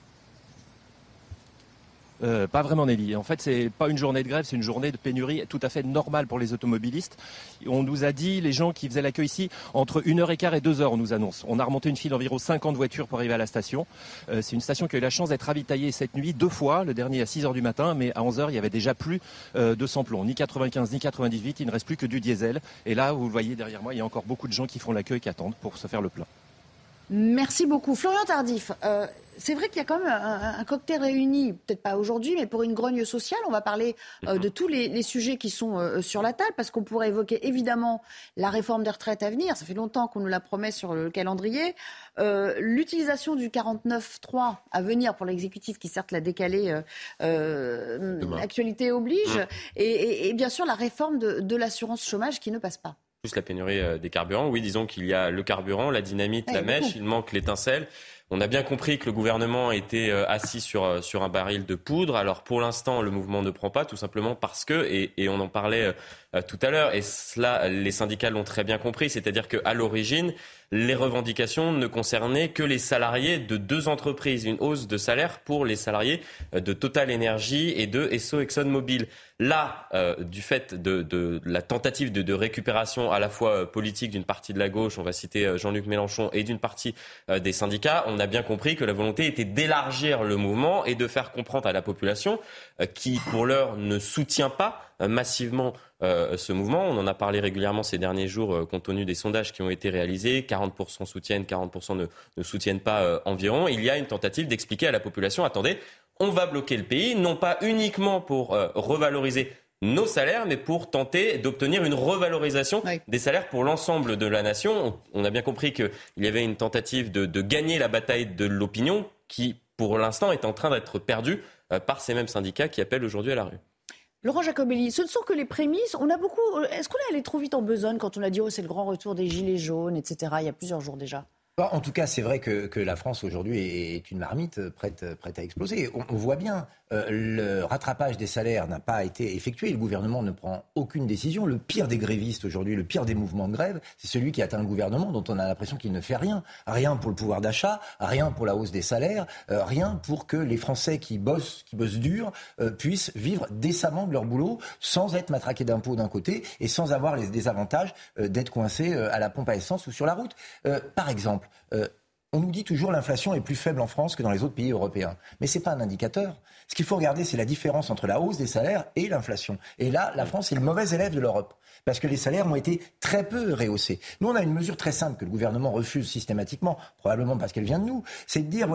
Euh, pas vraiment, Nelly. En fait, c'est pas une journée de grève, c'est une journée de pénurie tout à fait normale pour les automobilistes. On nous a dit, les gens qui faisaient l'accueil ici, entre une heure et quart et deux heures, on nous annonce. On a remonté une file d'environ cinquante voitures pour arriver à la station. Euh, c'est une station qui a eu la chance d'être ravitaillée cette nuit deux fois, le dernier à six heures du matin, mais à onze heures, il y avait déjà plus euh, de samplon, ni quatre-vingt-quinze, ni quatre-vingt-dix-huit, il ne reste plus que du diesel. Et là, vous le voyez derrière moi, il y a encore beaucoup de gens qui font l'accueil, qui attendent pour se faire le plein. Merci beaucoup. Florian Tardif, euh, c'est vrai qu'il y a quand même un, un cocktail réuni, peut-être pas aujourd'hui, mais pour une grogne sociale. On va parler euh, de tous les, les sujets qui sont euh, sur la table, parce qu'on pourrait évoquer évidemment la réforme des retraites à venir. Ça fait longtemps qu'on nous la promet sur le calendrier. Euh, l'utilisation du quarante-neuf trois à venir pour l'exécutif, qui certes l'a décalé, euh, euh, actualité oblige. Mmh. Et, et, et bien sûr la réforme de, de l'assurance chômage qui ne passe pas. Plus la pénurie des carburants. Oui, disons qu'il y a le carburant, la dynamite, ouais, la mèche, beaucoup. Il manque l'étincelle. On a bien compris que le gouvernement était assis sur, sur un baril de poudre. Alors pour l'instant, le mouvement ne prend pas, tout simplement parce que, et, et on en parlait euh, tout à l'heure, et cela, les syndicats l'ont très bien compris, c'est-à-dire qu'à l'origine, les revendications ne concernaient que les salariés de deux entreprises. Une hausse de salaire pour les salariés de Total Energy et de Esso ExxonMobil. Là, euh, du fait de, de, de la tentative de, de récupération à la fois politique d'une partie de la gauche, on va citer Jean-Luc Mélenchon, et d'une partie euh, des syndicats, on a bien compris que la volonté était d'élargir le mouvement et de faire comprendre à la population euh, qui, pour l'heure, ne soutient pas euh, massivement euh, ce mouvement. On en a parlé régulièrement ces derniers jours, euh, compte tenu des sondages qui ont été réalisés. quarante pour cent soutiennent, quarante pour cent ne, ne soutiennent pas euh, environ. Il y a une tentative d'expliquer à la population, attendez, on va bloquer le pays, non pas uniquement pour euh, revaloriser nos salaires, mais pour tenter d'obtenir une revalorisation oui. des salaires pour l'ensemble de la nation. On a bien compris qu'il y avait une tentative de, de gagner la bataille de l'opinion qui, pour l'instant, est en train d'être perdue euh, par ces mêmes syndicats qui appellent aujourd'hui à la rue. Laurent Jacobelli, ce ne sont que les prémices. On a beaucoup. Est-ce qu'on est allé trop vite en besogne quand on a dit oh c'est le grand retour des gilets jaunes, et cetera. Il y a plusieurs jours déjà. En tout cas, c'est vrai que, que la France aujourd'hui est une marmite prête, prête à exploser. On, on voit bien, euh, le rattrapage des salaires n'a pas été effectué. Le gouvernement ne prend aucune décision. Le pire des grévistes aujourd'hui, le pire des mouvements de grève, c'est celui qui atteint le gouvernement dont on a l'impression qu'il ne fait rien. Rien pour le pouvoir d'achat, rien pour la hausse des salaires, euh, rien pour que les Français qui bossent, qui bossent dur, euh, puissent vivre décemment de leur boulot sans être matraqués d'impôts d'un côté et sans avoir les désavantages euh, d'être coincés euh, à la pompe à essence ou sur la route. Euh, par exemple, Euh, on nous dit toujours que l'inflation est plus faible en France que dans les autres pays européens. Mais ce n'est pas un indicateur. Ce qu'il faut regarder, c'est la différence entre la hausse des salaires et l'inflation. Et là, la France est le mauvais élève de l'Europe. Parce que les salaires ont été très peu rehaussés. Nous, on a une mesure très simple que le gouvernement refuse systématiquement, probablement parce qu'elle vient de nous. C'est de dire, voilà,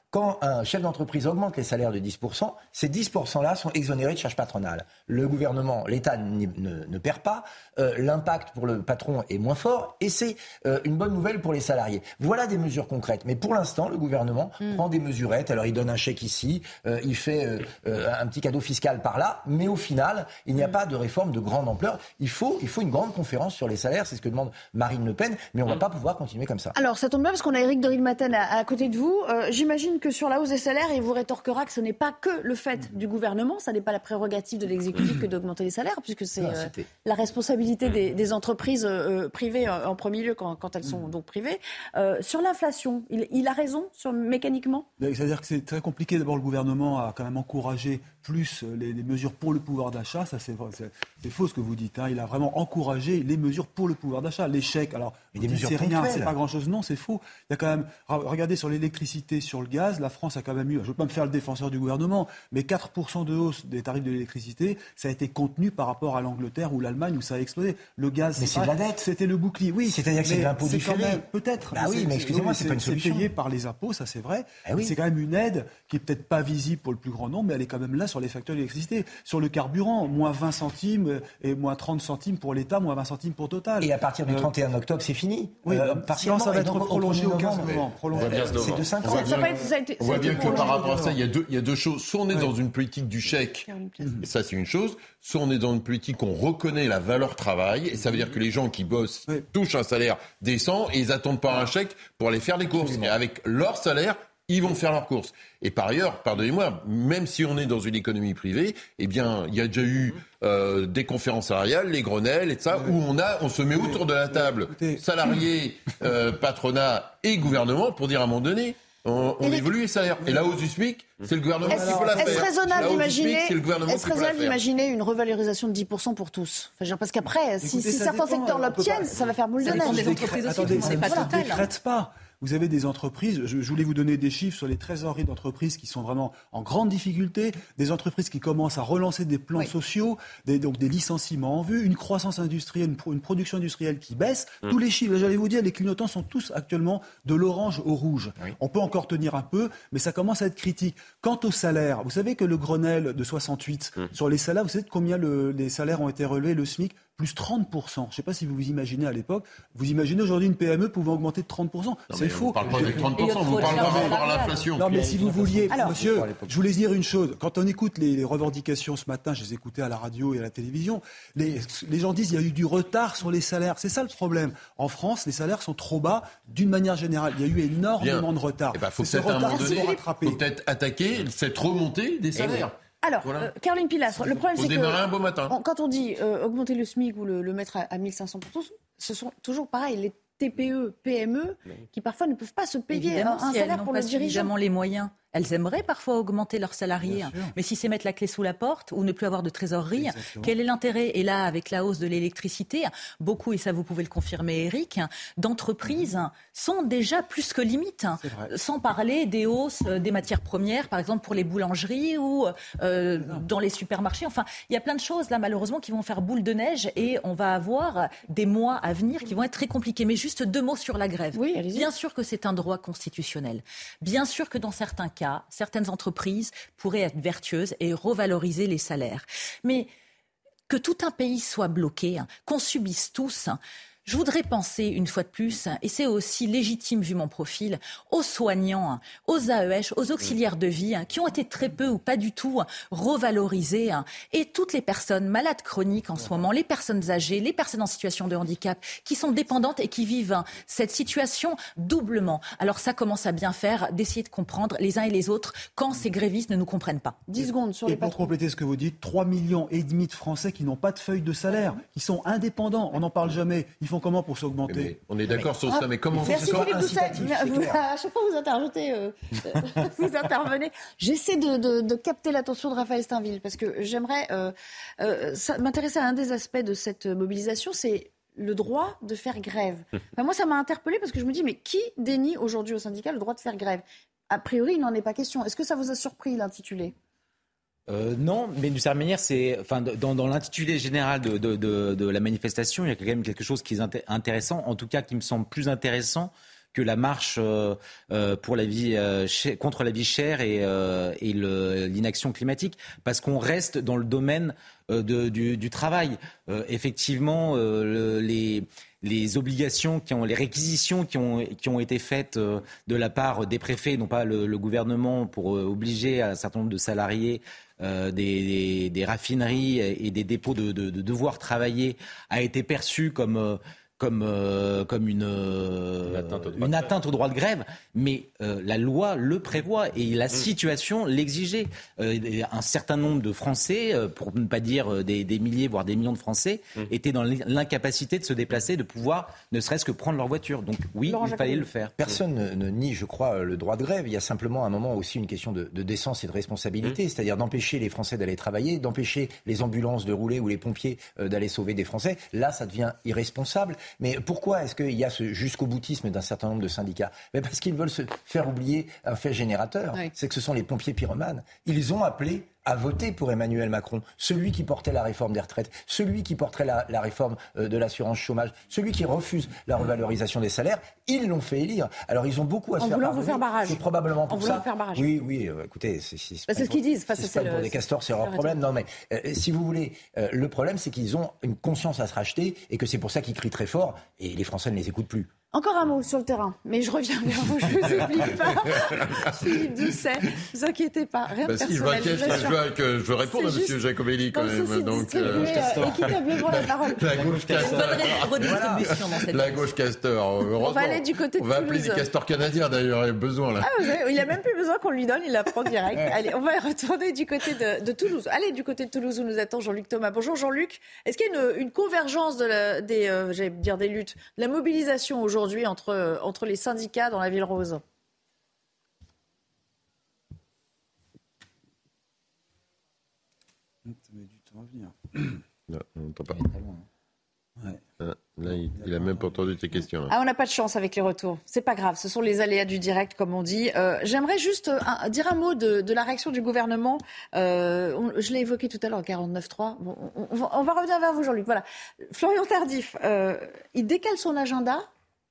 Quand un chef d'entreprise augmente les salaires de dix pour cent, ces dix pour cent-là sont exonérés de charges patronales. Le gouvernement, l'État ne, ne perd pas, euh, l'impact pour le patron est moins fort et c'est euh, une bonne nouvelle pour les salariés. Voilà des mesures concrètes. Mais pour l'instant, le gouvernement mmh. prend des mesurettes. Alors il donne un chèque ici, euh, il fait euh, euh, un petit cadeau fiscal par là, mais au final, il n'y a mmh. pas de réforme de grande ampleur. Il faut, il faut une grande conférence sur les salaires, c'est ce que demande Marine Le Pen, mais on ne mmh. va pas pouvoir continuer comme ça. Alors ça tombe bien parce qu'on a Éric de Rilmaten à, à côté de vous. Euh, j'imagine que sur la hausse des salaires, il vous rétorquera que ce n'est pas que le fait du gouvernement, ça n'est pas la prérogative de l'exécutif que d'augmenter les salaires, puisque c'est euh, la responsabilité des, des entreprises euh, privées en premier lieu quand, quand elles sont donc privées. Euh, sur l'inflation, il, il a raison sur, mécaniquement ? C'est-à-dire que c'est très compliqué. D'abord, le gouvernement a quand même encouragé plus les, les mesures pour le pouvoir d'achat. Ça, c'est, c'est, c'est faux ce que vous dites. Hein. Il a vraiment encouragé les mesures pour le pouvoir d'achat. L'échec, alors, mais des mesures c'est rien, ponctuelles. C'est pas grand-chose. Non, c'est faux. Il y a quand même, regardez sur l'électricité, sur le gaz, la France a quand même eu, je ne veux pas me faire le défenseur du gouvernement, mais quatre pour cent de hausse des tarifs de l'électricité, ça a été contenu par rapport à l'Angleterre ou l'Allemagne où ça a explosé. Le gaz, mais c'est, c'est de la dette. C'était le bouclier. Oui, c'est-à-dire que c'est de l'impôt différé. Même, peut-être. Bah oui, mais excusez-moi, c'est, c'est pas une solution. C'est payé par les impôts, ça c'est vrai. Eh oui. C'est quand même une aide qui est peut-être pas visible pour le plus grand nombre, mais elle est quand même là sur les facteurs d'électricité. Sur le carburant, moins vingt centimes et moins trente centimes pour l'État, moins vingt centimes pour Total. Et à partir du trente et un octobre, c'est fini. Oui, euh, partiellement, ça va être prolongé au quinze novembre. C'est de cinq ans. On voit bien que par rapport à ça, il y a deux, il y a deux choses. Soit on est dans une politique du chèque, et ça c'est une chose. Soit on est dans une politique où on reconnaît la valeur travail, et ça veut dire que les gens qui bossent touchent un salaire décent et ils n'attendent pas un chèque pour aller faire des courses. Et avec leur salaire, ils vont faire leurs courses. Et par ailleurs, pardonnez-moi, même si on est dans une économie privée, eh bien, il y a déjà eu euh, des conférences salariales, les Grenelles et tout ça, où on a, on se met autour de la table, salariés, euh, patronat et gouvernement, pour dire à un moment donné, on, on évolue les salaires. Et la hausse du SMIC, c'est le gouvernement est-ce, qui peut la faire. Est-ce raisonnable d'imaginer, SMIC, c'est le gouvernement est-ce qui peut raisonnable la faire. d'imaginer une revalorisation de dix pour cent pour tous enfin, genre, parce qu'après, si, Écoutez, si certains dépend, secteurs l'obtiennent, ça va faire boule de neige. Des entreprises aussi, attendez, c'est pas ça total. ne décrète pas. Vous avez des entreprises, je, je voulais vous donner des chiffres sur les trésoreries d'entreprises qui sont vraiment en grande difficulté, des entreprises qui commencent à relancer des plans oui. sociaux, des, donc des licenciements en vue, une croissance industrielle, une, une production industrielle qui baisse. Mmh. Tous les chiffres, j'allais vous dire, les clignotants sont tous actuellement de l'orange au rouge. Oui. On peut encore tenir un peu, mais ça commence à être critique. Quant aux salaires, vous savez que le Grenelle de soixante-huit, mmh. sur les salaires, vous savez de combien le, les salaires ont été relevés, le SMIC ? Plus trente pour cent. Je ne sais pas si vous vous imaginez à l'époque. Vous imaginez aujourd'hui une P M E pouvant augmenter de trente pour cent. Non, c'est faux. On ne parle pas de trente pour cent, vous parlez par rapport à l'inflation. Non, mais si vous vouliez, alors, monsieur, je voulais dire une chose. Quand on écoute les, les revendications ce matin, je les écoutais à la radio et à la télévision, les, les gens disent qu'il y a eu du retard sur les salaires. C'est ça le problème. En France, les salaires sont trop bas d'une manière générale. Il y a eu énormément Bien. de retard. Il eh ben, faut peut-être à un moment donné, faut peut-être attaquer cette remontée des salaires. Alors, voilà. euh, Caroline Pilastre, le problème Faut c'est que un beau matin. On, quand on dit euh, augmenter le SMIC ou le, le mettre à, à mille cinq cents pour tous, ce sont toujours pareil, les T P E, P M E, oui. qui parfois ne peuvent pas se payer Évidemment, un, un si salaire pour le dirigeant. Évidemment, les moyens. Elles aimeraient parfois augmenter leurs salariés, mais si c'est mettre la clé sous la porte ou ne plus avoir de trésorerie, Exactement. Quel est l'intérêt ? Et là, avec la hausse de l'électricité, beaucoup, et ça vous pouvez le confirmer Eric, d'entreprises mmh. sont déjà plus que limite, sans parler des hausses des matières premières, par exemple pour les boulangeries ou euh, dans les supermarchés. Enfin, il y a plein de choses là malheureusement qui vont faire boule de neige et on va avoir des mois à venir qui vont être très compliqués. Mais juste deux mots sur la grève. Oui, bien sûr que c'est un droit constitutionnel. Bien sûr que dans certains cas, certaines entreprises pourraient être vertueuses et revaloriser les salaires. Mais que tout un pays soit bloqué, qu'on subisse tous, je voudrais penser, une fois de plus, et c'est aussi légitime vu mon profil, aux soignants, aux A E H, aux auxiliaires de vie, qui ont été très peu ou pas du tout revalorisés, et toutes les personnes malades chroniques en ce moment, les personnes âgées, les personnes en situation de handicap, qui sont dépendantes et qui vivent cette situation doublement. Alors ça commence à bien faire d'essayer de comprendre les uns et les autres quand ces grévistes ne nous comprennent pas. dix secondes sur et les pour patrons. compléter ce que vous dites, trois millions et demi de Français qui n'ont pas de feuille de salaire, qui sont indépendants, on n'en parle jamais. Ils font comment pour s'augmenter ? mais On est d'accord sur ça, mais comment Merci Philippe Doucet. À chaque fois vous intervenez, euh, vous intervenez. J'essaie de, de, de capter l'attention de Raphaël Steinville parce que j'aimerais euh, euh, ça, m'intéresser à un des aspects de cette mobilisation, c'est le droit de faire grève. Enfin, moi, ça m'a interpellée parce que je me dis, mais qui dénie aujourd'hui au syndicat le droit de faire grève ? A priori, il n'en est pas question. Est-ce que ça vous a surpris, l'intitulé ? Euh, non, mais d'une certaine manière, c'est, enfin, dans, dans l'intitulé général de, de, de, de la manifestation, il y a quand même quelque chose qui est inté- intéressant, en tout cas qui me semble plus intéressant que la marche euh, euh, pour la vie, euh, ch- contre la vie chère et, euh, et le, l'inaction climatique, parce qu'on reste dans le domaine euh, de, du, du travail. Euh, effectivement, euh, le, les... les obligations, qui ont, les réquisitions qui ont, qui ont été faites euh, de la part des préfets, non pas le, le gouvernement, pour euh, obliger un certain nombre de salariés euh, des, des, des raffineries et des dépôts de, de, de devoir travailler, a été perçue comme... Euh, comme, euh, comme une, euh, une, atteinte au, une atteinte au droit de grève, mais euh, la loi le prévoit et la situation l'exigeait. Euh, un certain nombre de Français, euh, pour ne pas dire des, des milliers, voire des millions de Français, mmh. étaient dans l'incapacité de se déplacer, de pouvoir ne serait-ce que prendre leur voiture. Donc oui, Laurent il fallait Jacques le faire. Personne ne, ne nie, je crois, le droit de grève. Il y a simplement à un moment aussi une question de, de décence et de responsabilité, mmh. c'est-à-dire d'empêcher les Français d'aller travailler, d'empêcher les ambulances de rouler ou les pompiers euh, d'aller sauver des Français. Là, ça devient irresponsable. Mais pourquoi est-ce qu'il y a ce jusqu'au boutisme d'un certain nombre de syndicats ? Mais parce qu'ils veulent se faire oublier un fait générateur, oui. c'est que ce sont les pompiers pyromanes. Ils ont appelé à voter pour Emmanuel Macron, celui qui portait la réforme des retraites, celui qui porterait la, la réforme euh, de l'assurance chômage, celui qui refuse la revalorisation des salaires, ils l'ont fait élire. Alors ils ont beaucoup à se en faire voulant pardonner. vous faire barrage. C'est probablement pour en ça. Faire barrage. Oui, oui. Euh, écoutez, c'est, c'est, bah, c'est ce qu'ils disent. Enfin, c'est, c'est, c'est c'est pour le, des castors, c'est leur problème. Non, mais euh, si vous voulez, euh, le problème, c'est qu'ils ont une conscience à se racheter et que c'est pour ça qu'ils crient très fort et les Français ne les écoutent plus. Encore un mot sur le terrain, mais je reviens vers vous, je ne vous oublie pas. Philippe Doucet, ne vous inquiétez pas, rien bah de si, personnel. Je, je, veux, que je veux répondre à M. Jacobelli quand même. Donc, euh, équitablement la parole. La gauche castor. Voilà. La gauche castor. On va aller du côté de On va Toulouse. appeler des castors canadiens d'ailleurs, il a besoin là. Ah, avez, il n'a même plus besoin qu'on lui donne, il la prend direct. Ouais. Allez, on va retourner du côté de, de Toulouse. Allez, du côté de Toulouse où nous attend Jean-Luc Thomas. Bonjour Jean-Luc. Est-ce qu'il y a une, une convergence de la, des, euh, j'allais dire des luttes, de la mobilisation aujourd'hui entre euh, entre les syndicats dans la ville rose? Ça met du temps à venir. Non, on n'entend pas. Ouais. Ah, là, il n'a même pas entendu tes questions. Là. Ah, on n'a pas de chance avec les retours. C'est pas grave, ce sont les aléas du direct, comme on dit. Euh, j'aimerais juste un, dire un mot de, de la réaction du gouvernement. Euh, on, je l'ai évoqué tout à l'heure, quarante-neuf trois. Bon, on, on, va, on va revenir vers vous, Jean-Luc. Voilà. Florian Tardif, euh, il décale son agenda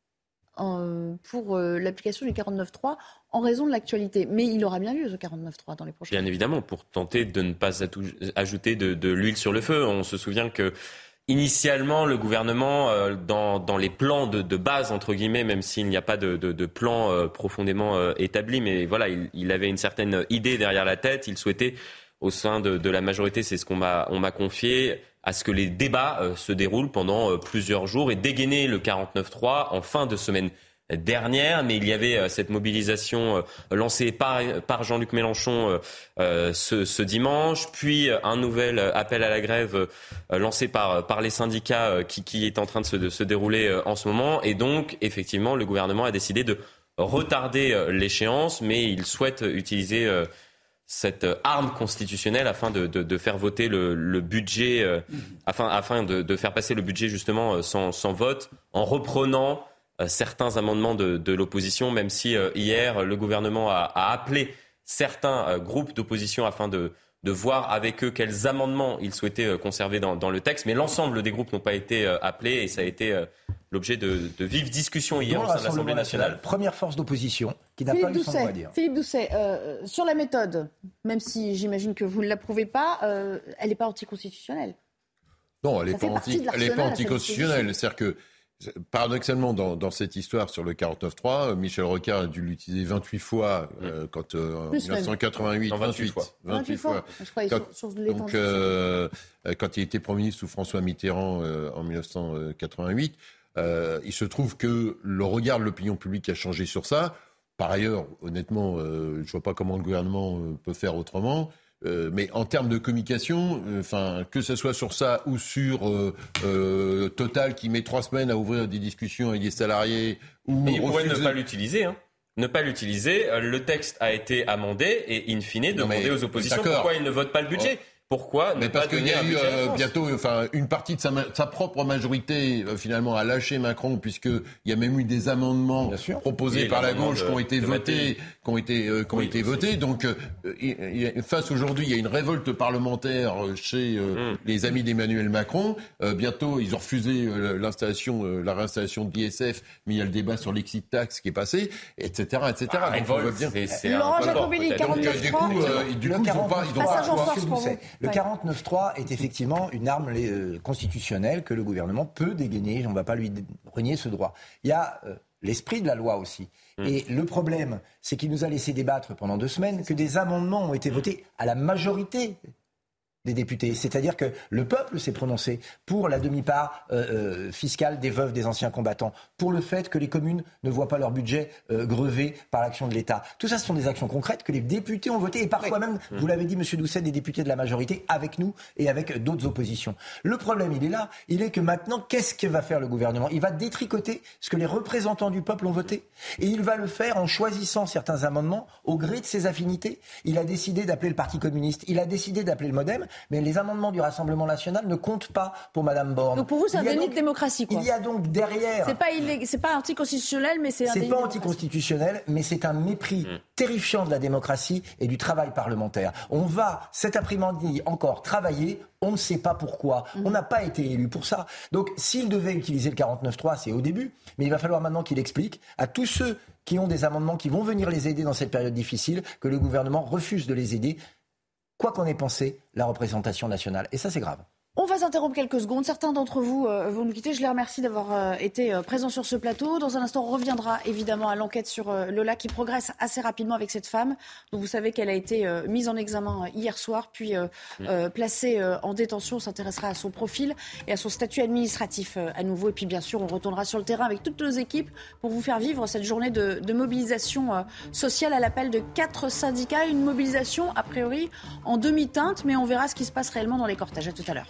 pour euh, l'application du quarante-neuf trois en raison de l'actualité. Mais il aura bien lieu, ce quarante-neuf trois, dans les prochains Bien jours. Évidemment, pour tenter de ne pas ajouter de, de l'huile sur le feu. On se souvient que initialement, le gouvernement, euh, dans, dans les plans de, de base, entre guillemets, même s'il n'y a pas de, de, de plan euh, profondément euh, établi, mais voilà, il, il avait une certaine idée derrière la tête. Il souhaitait, au sein de, de la majorité, c'est ce qu'on m'a, on m'a confié, à ce que les débats euh, se déroulent pendant euh, plusieurs jours et dégainer le quarante-neuf trois en fin de semaine dernière. Mais il y avait euh, cette mobilisation euh, lancée par, par Jean-Luc Mélenchon euh, euh, ce, ce dimanche, puis euh, un nouvel appel à la grève euh, lancé par, par les syndicats euh, qui, qui est en train de se, de se dérouler euh, en ce moment. Et donc, effectivement, le gouvernement a décidé de retarder euh, l'échéance, mais il souhaite utiliser euh, cette arme constitutionnelle afin de, de, de faire voter le, le budget, euh, afin, afin de, de faire passer le budget justement sans, sans vote, en reprenant euh, certains amendements de, de l'opposition, même si euh, hier le gouvernement a, a appelé certains euh, groupes d'opposition afin de, de voir avec eux quels amendements ils souhaitaient euh, conserver dans, dans le texte. Mais l'ensemble des groupes n'ont pas été euh, appelés et ça a été euh, l'objet de, de vives discussions hier au sein de l'Assemblée nationale. Première force d'opposition qui n'a Philippe pas eu son mot à dire. Philippe Doucet, euh, sur la méthode, même si j'imagine que vous ne l'approuvez pas, euh, elle n'est pas anticonstitutionnelle. Non, elle n'est pas, anti, pas anticonstitutionnelle. C'est-à-dire que, paradoxalement, dans, dans cette histoire sur le quarante-neuf trois, Michel Rocard a dû l'utiliser vingt-huit fois euh, quand, euh, en dix-neuf cent quatre-vingt-huit. Non, vingt-huit fois. vingt-huit fois. fois. Quand, sur, sur donc, euh, quand il était Premier ministre sous François Mitterrand euh, en dix-neuf cent quatre-vingt-huit, euh, il se trouve que le regard de l'opinion publique a changé sur ça. Par ailleurs, honnêtement, euh, je ne vois pas comment le gouvernement euh, peut faire autrement. Euh, mais en termes de communication, enfin, euh, que ce soit sur ça ou sur euh, euh, Total qui met trois semaines à ouvrir des discussions avec des salariés, ou mais il pourrait refuser... ne pas l'utiliser. Hein. Ne pas l'utiliser. Le texte a été amendé et in fine demander aux oppositions pourquoi ils ne votent pas le budget. Pourquoi Mais ne parce pas qu'il y donner a un eu budget à la euh, France bientôt, enfin, une partie de sa, ma- sa propre majorité euh, finalement a lâché Macron, puisqu'il y a même eu des amendements proposés Oui, par la l'amendement gauche de- qui ont été de votés, Mattei. qui ont été, euh, qui ont Oui, été aussi. votés. Donc, euh, il- il y a- face aujourd'hui, il y a une révolte parlementaire euh, chez euh, Mmh. les amis d'Emmanuel Macron. Euh, bientôt, ils ont refusé euh, l'installation, euh, la réinstallation de l'I S F, mais il y a le débat sur l'exit tax qui est passé, et cetera, et cetera. Ah, Donc, on voit révolte, bien. c'est- c'est Laurent un peu fort, Jacobelli, peut-être. Donc, euh, du coup, euh, du coup, ils n'ont pas, ils ont Passage pas en choix. force pour vous. Le Ouais. quarante-neuf trois est effectivement une arme euh, constitutionnelle que le gouvernement peut dégainer. On ne va pas lui renier ce droit. Il y a euh, l'esprit de la loi aussi. Mmh. Et le problème, c'est qu'il nous a laissé débattre pendant deux semaines que des amendements ont été votés à la majorité des députés. C'est-à-dire que le peuple s'est prononcé pour la demi-part euh, euh, fiscale des veuves des anciens combattants, pour le fait que les communes ne voient pas leur budget euh, grevé par l'action de l'État. Tout ça, ce sont des actions concrètes que les députés ont votées, et parfois même, vous l'avez dit, Monsieur Doucet, des députés de la majorité avec nous et avec d'autres oppositions. Le problème, il est là, il est que maintenant, qu'est-ce que va faire le gouvernement ? Il va détricoter ce que les représentants du peuple ont voté, et il va le faire en choisissant certains amendements au gré de ses affinités. Il a décidé d'appeler le Parti communiste, il a décidé d'appeler le MoDem, mais les amendements du Rassemblement national ne comptent pas pour Madame Borne. Donc pour vous, c'est un Il y a déni donc- de démocratie, quoi. Il y a donc derrière... C'est pas, illég- c'est pas anticonstitutionnel, mais c'est un C'est déni pas de démocratie. anticonstitutionnel, mais c'est un mépris terrifiant de la démocratie et du travail parlementaire. On va cet après-midi encore travailler, on ne sait pas pourquoi. On n'a pas été élu pour ça. Donc s'il devait utiliser le quarante-neuf trois, c'est au début, mais il va falloir maintenant qu'il explique à tous ceux qui ont des amendements qui vont venir les aider dans cette période difficile que le gouvernement refuse de les aider, quoi qu'en ait pensé la représentation nationale. Et ça, c'est grave. On va s'interrompre quelques secondes. Certains d'entre vous euh, vont nous quitter. Je les remercie d'avoir euh, été euh, présents sur ce plateau. Dans un instant, on reviendra évidemment à l'enquête sur euh, Lola qui progresse assez rapidement avec cette femme dont vous savez qu'elle a été euh, mise en examen euh, hier soir, puis euh, euh, placée euh, en détention. On s'intéressera à son profil et à son statut administratif euh, à nouveau. Et puis bien sûr, on retournera sur le terrain avec toutes nos équipes pour vous faire vivre cette journée de, de mobilisation euh, sociale à l'appel de quatre syndicats. Une mobilisation a priori en demi-teinte, mais on verra ce qui se passe réellement dans les cortèges. À tout à l'heure.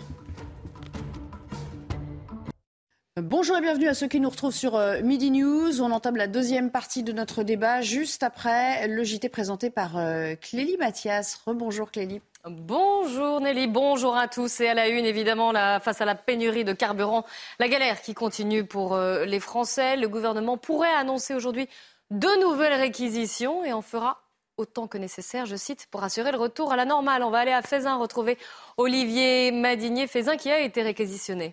Bonjour et bienvenue à ceux qui nous retrouvent sur euh, Midi News. On entame la deuxième partie de notre débat juste après le J T présenté par euh, Clélie Mathias. Rebonjour Clélie. Bonjour Nelly, bonjour à tous. Et à la une, évidemment, la, face à la pénurie de carburant, la galère qui continue pour euh, les Français. Le gouvernement pourrait annoncer aujourd'hui de nouvelles réquisitions et en fera autant que nécessaire, je cite, pour assurer le retour à la normale. On va aller à Fézin retrouver Olivier Madinier. Fézin qui a été réquisitionné.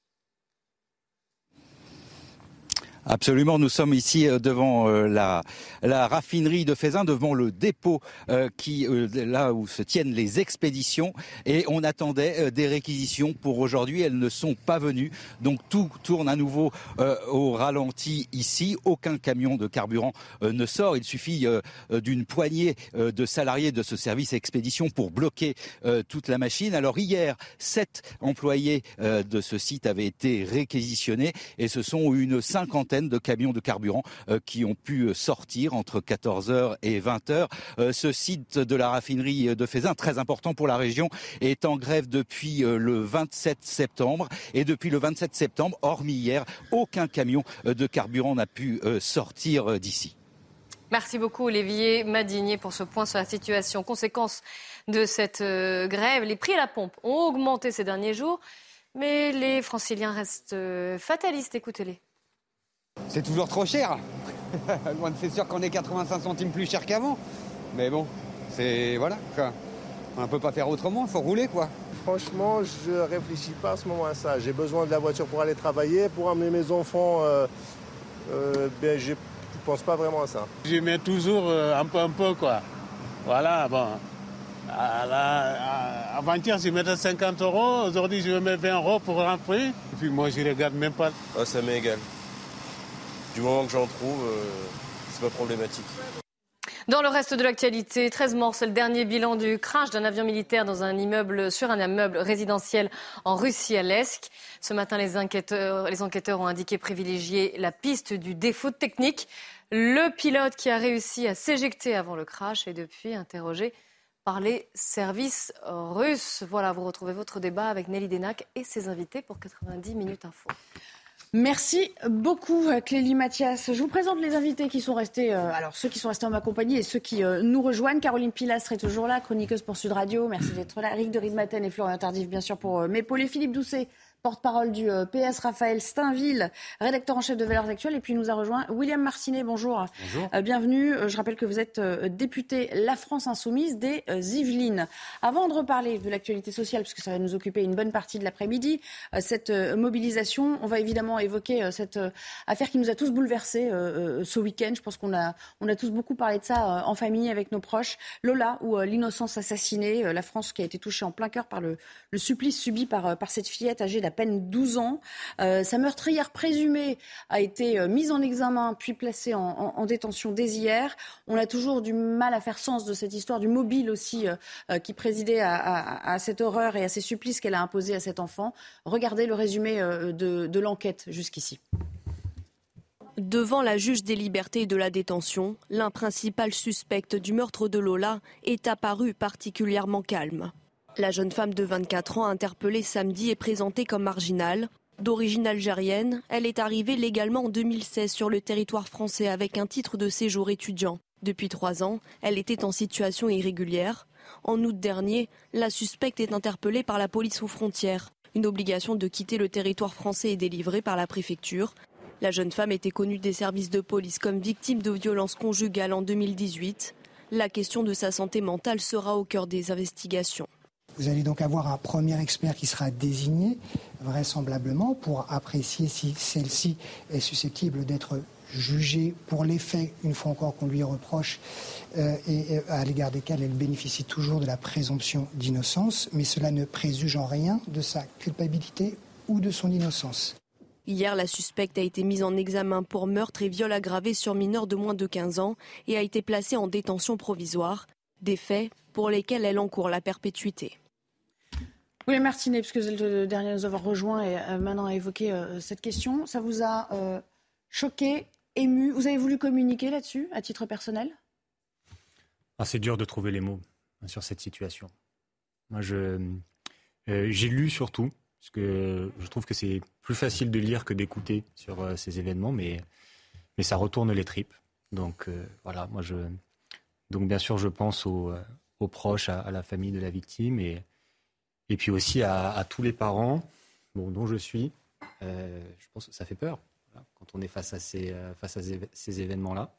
Absolument, nous sommes ici devant la, la raffinerie de Fézin, devant le dépôt euh, qui, euh, là où se tiennent les expéditions, et on attendait euh, des réquisitions pour aujourd'hui. Elles ne sont pas venues, donc tout tourne à nouveau euh, au ralenti ici. Aucun camion de carburant euh, ne sort. Il suffit euh, d'une poignée euh, de salariés de ce service expédition pour bloquer euh, toute la machine. Alors hier, sept employés euh, de ce site avaient été réquisitionnés et ce sont une cinquantaine de camions de carburant euh, qui ont pu sortir entre quatorze heures et vingt heures. Euh, ce site de la raffinerie de Fézin, très important pour la région, est en grève depuis euh, le vingt-sept septembre. Et depuis le vingt-sept septembre, hormis hier, aucun camion euh, de carburant n'a pu euh, sortir euh, d'ici. Merci beaucoup Olivier Madinier pour ce point sur la situation. Conséquence de cette euh, grève, les prix à la pompe ont augmenté ces derniers jours, mais les franciliens restent euh, fatalistes. Écoutez-les. C'est toujours trop cher. C'est sûr qu'on est quatre-vingt-cinq centimes plus cher qu'avant. Mais bon, c'est... voilà. Quoi. On ne peut pas faire autrement, il faut rouler, quoi. Franchement, je réfléchis pas à ce moment à ça. J'ai besoin de la voiture pour aller travailler, pour emmener mes enfants. Euh, euh, ben, je ne pense pas vraiment à ça. Je mets toujours euh, un peu, un peu, quoi. Voilà, bon. À la, à, avant-hier, je mettais cinquante euros. Aujourd'hui, je mets vingt euros pour rentrer. Et puis moi, je ne regarde même pas. Oh, ça m'est égal. Du moment que j'en trouve, euh, c'est pas problématique. Dans le reste de l'actualité, treize morts, c'est le dernier bilan du crash d'un avion militaire dans un immeuble, sur un immeuble résidentiel en Russie à l'Est. Ce matin, les enquêteurs, les enquêteurs ont indiqué privilégier la piste du défaut technique. Le pilote qui a réussi à s'éjecter avant le crash est depuis interrogé par les services russes. Voilà, vous retrouvez votre débat avec Nelly Denac et ses invités pour quatre-vingt-dix minutes info. Merci beaucoup Clélie Mathias. Je vous présente les invités qui sont restés, euh, alors ceux qui sont restés en ma compagnie et ceux qui euh, nous rejoignent. Caroline Pilastre est toujours là, chroniqueuse pour Sud Radio. Merci d'être là. Eric de Ridmaten et Florian Tardif bien sûr pour euh, m'épauler. Philippe Doucet, porte-parole du euh, P S, Raphaël Steinville, rédacteur en chef de Valeurs Actuelles. Et puis nous a rejoint William Martinet. Bonjour. Bonjour. Euh, bienvenue. Euh, je rappelle que vous êtes euh, député La France Insoumise des euh, Yvelines. Avant de reparler de l'actualité sociale, puisque ça va nous occuper une bonne partie de l'après-midi, euh, cette euh, mobilisation, on va évidemment évoquer euh, cette euh, affaire qui nous a tous bouleversés euh, euh, ce week-end. Je pense qu'on a, on a tous beaucoup parlé de ça euh, en famille, avec nos proches. Lola, ou euh, l'innocence assassinée, euh, la France qui a été touchée en plein cœur par le, le supplice subi par, euh, par cette fillette âgée d'à peine douze ans. Euh, sa meurtrière présumée a été euh, mise en examen puis placée en, en, en détention dès hier. On a toujours du mal à faire sens de cette histoire, du mobile aussi euh, euh, qui présidait à, à, à cette horreur et à ces supplices qu'elle a imposés à cet enfant. Regardez le résumé euh, de, de l'enquête jusqu'ici. Devant la juge des libertés et de la détention, l'un principal suspect du meurtre de Lola est apparu particulièrement calme. La jeune femme de vingt-quatre ans interpellée samedi est présentée comme marginale. D'origine algérienne, elle est arrivée légalement en deux mille seize sur le territoire français avec un titre de séjour étudiant. Depuis trois ans, elle était en situation irrégulière. En août dernier, la suspecte est interpellée par la police aux frontières. Une obligation de quitter le territoire français est délivrée par la préfecture. La jeune femme était connue des services de police comme victime de violences conjugales en deux mille dix-huit. La question de sa santé mentale sera au cœur des investigations. Vous allez donc avoir un premier expert qui sera désigné, vraisemblablement, pour apprécier si celle-ci est susceptible d'être jugée pour les faits, une fois encore qu'on lui reproche, euh, et à l'égard desquels elle bénéficie toujours de la présomption d'innocence, mais cela ne préjuge en rien de sa culpabilité ou de son innocence. Hier, la suspecte a été mise en examen pour meurtre et viol aggravé sur mineur de moins de quinze ans et a été placée en détention provisoire. Des faits pour lesquels elle encourt la perpétuité. Oui, Martinet, puisque vous êtes le dernier à nous avoir rejoint et euh, maintenant à évoquer euh, cette question, ça vous a euh, choqué, ému? Vous avez voulu communiquer là-dessus, à titre personnel? Ah, c'est dur de trouver les mots hein, sur cette situation. Moi, je, euh, j'ai lu surtout, parce que je trouve que c'est plus facile de lire que d'écouter sur euh, ces événements, mais, mais ça retourne les tripes. Donc euh, voilà, moi je... Donc bien sûr, je pense aux, aux proches, à, à la famille de la victime et, et puis aussi à, à tous les parents bon, dont je suis. Euh, je pense que ça fait peur voilà, quand on est face à ces, face à ces événements-là.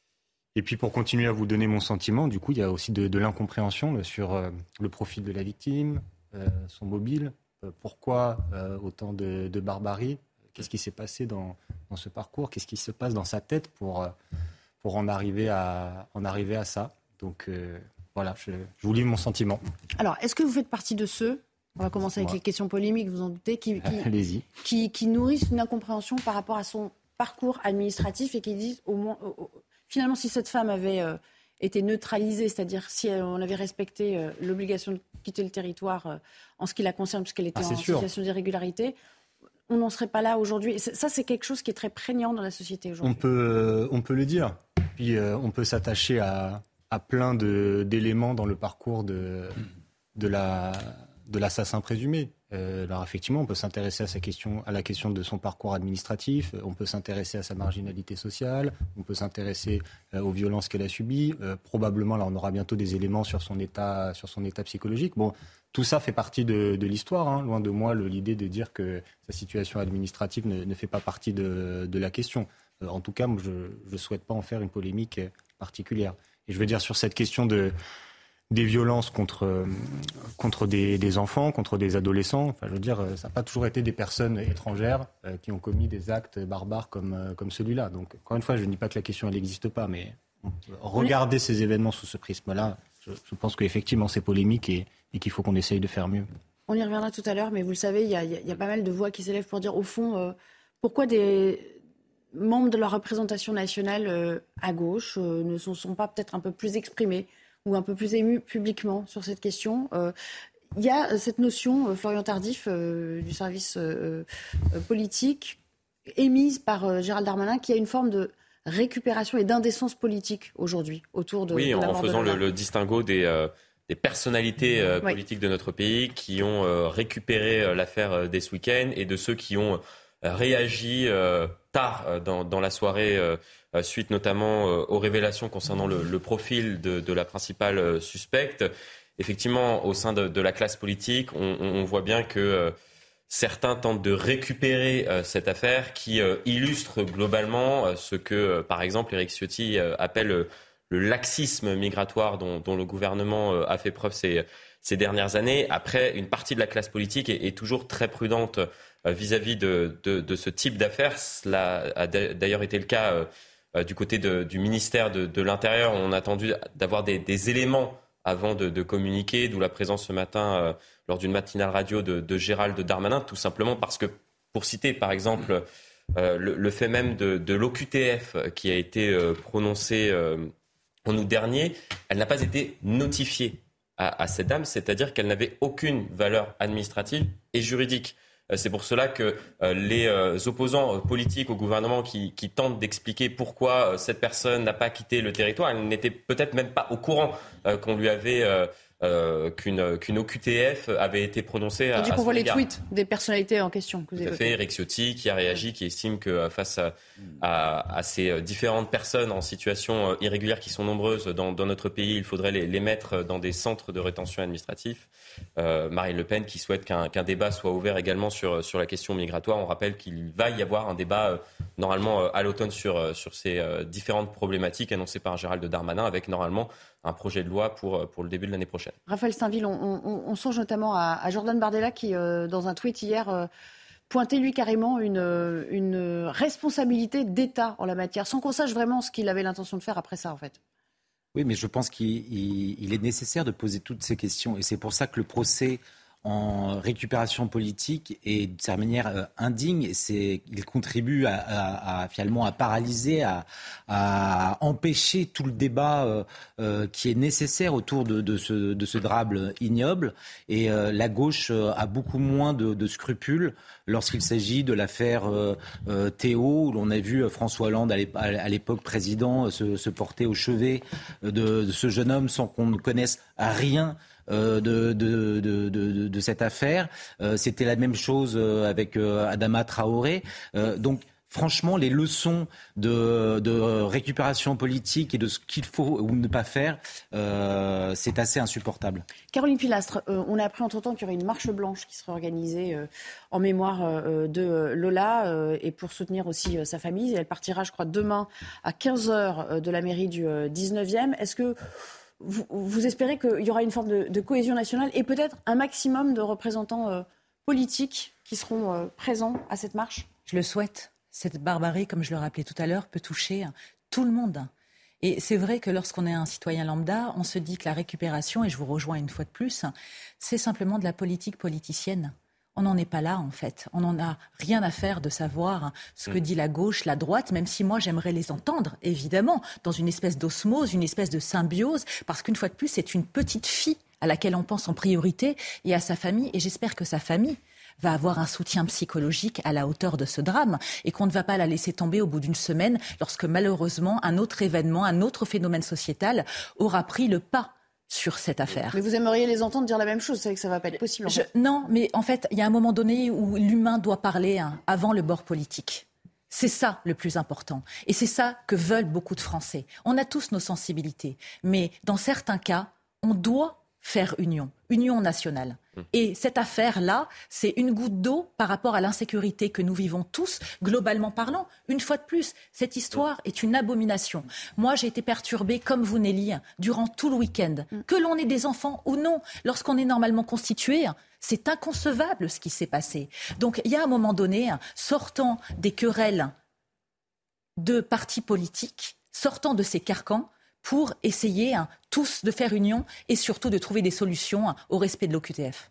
Et puis pour continuer à vous donner mon sentiment, du coup, il y a aussi de, de l'incompréhension sur euh, le profil de la victime, euh, son mobile, euh, pourquoi euh, autant de, de barbarie, qu'est-ce qui s'est passé dans, dans ce parcours, qu'est-ce qui se passe dans sa tête pour... Euh, pour en arriver à, en arriver à ça. Donc euh, voilà, je, je vous livre mon sentiment. Alors, est-ce que vous faites partie de ceux, on va commencer avec ouais. les questions polémiques, vous en doutez, qui, qui, Allez-y. qui, qui nourrissent une incompréhension par rapport à son parcours administratif et qui disent, au moins, au, au, finalement, si cette femme avait euh, été neutralisée, c'est-à-dire si euh, on avait respecté euh, l'obligation de quitter le territoire euh, en ce qui la concerne, puisqu'elle était ah, en sûr. situation d'irrégularité, on n'en serait pas là aujourd'hui. Et ça, c'est quelque chose qui est très prégnant dans la société aujourd'hui. On peut, euh, on peut le dire. Puis euh, on peut s'attacher à, à plein de, d'éléments dans le parcours de, de, la, de l'assassin présumé. Euh, alors effectivement, on peut s'intéresser à, sa question, à la question de son parcours administratif, on peut s'intéresser à sa marginalité sociale, on peut s'intéresser euh, aux violences qu'elle a subies. Euh, probablement, là, on aura bientôt des éléments sur son état, sur son état psychologique. Bon, tout ça fait partie de, de l'histoire. Hein. Loin de moi le, l'idée de dire que sa situation administrative ne, ne fait pas partie de, de la question. Euh, en tout cas, moi, je ne souhaite pas en faire une polémique particulière. Et je veux dire, sur cette question de, des violences contre, euh, contre des, des enfants, contre des adolescents, enfin, je veux dire, ça n'a pas toujours été des personnes étrangères euh, qui ont commis des actes barbares comme, euh, comme celui-là. Donc, encore une fois, je ne dis pas que la question n'existe pas, mais regarder oui. ces événements sous ce prisme-là, je, je pense qu'effectivement, c'est polémique et, et qu'il faut qu'on essaye de faire mieux. On y reviendra tout à l'heure, mais vous le savez, il y, y, y a pas mal de voix qui s'élèvent pour dire, au fond, euh, pourquoi des membres de la représentation nationale euh, à gauche euh, ne se sont pas peut-être un peu plus exprimés ou un peu plus émus publiquement sur cette question. Il euh, y a cette notion, euh, Florian Tardif, euh, du service euh, euh, politique, émise par euh, Gérald Darmanin, qui a une forme de récupération et d'indécence politique aujourd'hui autour de, oui, de la en mort faisant de le, le distinguo des, euh, des personnalités euh, oui. politiques de notre pays qui ont euh, récupéré euh, l'affaire euh, dès ce week-end et de ceux qui ont réagi euh, tard euh, dans, dans la soirée, euh, suite notamment euh, aux révélations concernant le, le profil de, de la principale euh, suspecte. Effectivement, au sein de, de la classe politique, on, on voit bien que euh, certains tentent de récupérer euh, cette affaire qui euh, illustre globalement euh, ce que, euh, par exemple, Éric Ciotti euh, appelle euh, le laxisme migratoire dont, dont le gouvernement euh, a fait preuve ces, ces dernières années. Après, une partie de la classe politique est, est toujours très prudente euh, vis-à-vis de, de, de ce type d'affaires. Cela a d'ailleurs été le cas euh, du côté de, du ministère de, de l'Intérieur. On a attendu d'avoir des, des éléments avant de, de communiquer, d'où la présence ce matin euh, lors d'une matinale radio de, de Gérald Darmanin, tout simplement parce que, pour citer par exemple euh, le, le fait même de, de l'O Q T F qui a été euh, prononcé euh, en août dernier, elle n'a pas été notifiée à, à cette dame, c'est-à-dire qu'elle n'avait aucune valeur administrative et juridique. C'est pour cela que euh, les euh, opposants euh, politiques au gouvernement qui, qui tentent d'expliquer pourquoi euh, cette personne n'a pas quitté le territoire, elle n'était peut-être même pas au courant euh, qu'on lui avait euh, euh, qu'une, qu'une O Q T F avait été prononcée. On dit à, qu'on à voit les égard. tweets des personnalités en question que vous Tout à évoquez. fait, Éric Ciotti qui a réagi, qui estime que face à, à, à ces différentes personnes en situation irrégulière qui sont nombreuses dans, dans notre pays, il faudrait les, les mettre dans des centres de rétention administratifs. Euh, Marine Le Pen qui souhaite qu'un, qu'un débat soit ouvert également sur, sur la question migratoire. On rappelle qu'il va y avoir un débat euh, normalement euh, à l'automne sur, euh, sur ces euh, différentes problématiques annoncées par Gérald Darmanin avec normalement un projet de loi pour, pour le début de l'année prochaine. Raphaël Steinville, on, on, on songe notamment à, à Jordan Bardella qui, euh, dans un tweet hier, euh, pointait lui carrément une, une responsabilité d'État en la matière, sans qu'on sache vraiment ce qu'il avait l'intention de faire après ça en fait. Oui, mais je pense qu'il il, il est nécessaire de poser toutes ces questions. Et c'est pour ça que le procès en récupération politique est de sa manière euh, indigne. C'est, il contribue à, à, à, finalement à paralyser, à, à empêcher tout le débat euh, euh, qui est nécessaire autour de, de, ce, de ce drame ignoble. Et euh, la gauche euh, a beaucoup moins de, de scrupules lorsqu'il s'agit de l'affaire euh, euh, Théo, où l'on a vu François Hollande, à l'époque président, se, se porter au chevet de, de ce jeune homme sans qu'on ne connaisse rien Euh, de, de, de, de, de cette affaire. Euh, c'était la même chose euh, avec euh, Adama Traoré. Euh, donc, franchement, les leçons de, de récupération politique et de ce qu'il faut ou ne pas faire, euh, c'est assez insupportable. Caroline Pilastre, euh, on a appris entre-temps qu'il y aurait une marche blanche qui serait organisée euh, en mémoire euh, de Lola euh, et pour soutenir aussi euh, sa famille. Elle partira, je crois, demain à quinze heures euh, de la mairie du euh, dix-neuvième. Est-ce que Vous, vous espérez qu'il y aura une forme de, de cohésion nationale et peut-être un maximum de représentants euh, politiques qui seront euh, présents à cette marche ? Je le souhaite. Cette barbarie, comme je le rappelais tout à l'heure, peut toucher tout le monde. Et c'est vrai que lorsqu'on est un citoyen lambda, on se dit que la récupération, et je vous rejoins une fois de plus, c'est simplement de la politique politicienne. On n'en est pas là, en fait. On n'en a rien à faire de savoir ce que dit la gauche, la droite, même si moi, j'aimerais les entendre, évidemment, dans une espèce d'osmose, une espèce de symbiose, parce qu'une fois de plus, c'est une petite fille à laquelle on pense en priorité et à sa famille. Et j'espère que sa famille va avoir un soutien psychologique à la hauteur de ce drame et qu'on ne va pas la laisser tomber au bout d'une semaine lorsque, malheureusement, un autre événement, un autre phénomène sociétal aura pris le pas sur cette affaire. Mais vous aimeriez les entendre dire la même chose, c'est que ça ne va pas être possible. En Je, fait. Non, mais en fait, il y a un moment donné où l'humain doit parler hein, avant le bord politique. C'est ça le plus important. Et c'est ça que veulent beaucoup de Français. On a tous nos sensibilités. Mais dans certains cas, on doit faire union, union nationale. Et cette affaire-là, c'est une goutte d'eau par rapport à l'insécurité que nous vivons tous, globalement parlant. Une fois de plus, cette histoire est une abomination. Moi, j'ai été perturbée, comme vous, Nelly, durant tout le week-end. Que l'on ait des enfants ou non, lorsqu'on est normalement constitué, c'est inconcevable ce qui s'est passé. Donc, il y a un moment donné, sortant des querelles de partis politiques, sortant de ces carcans, pour essayer hein, tous de faire union et surtout de trouver des solutions hein, au respect de l'O Q T F.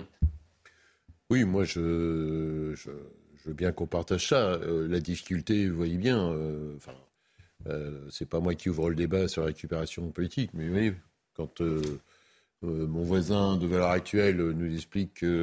Oui, moi je, je, je veux bien qu'on partage ça. Euh, la difficulté, vous voyez bien, euh, enfin, euh, c'est pas moi qui ouvre le débat sur la récupération politique, mais oui, quand, euh, Euh, mon voisin de Valeurs Actuelles nous explique que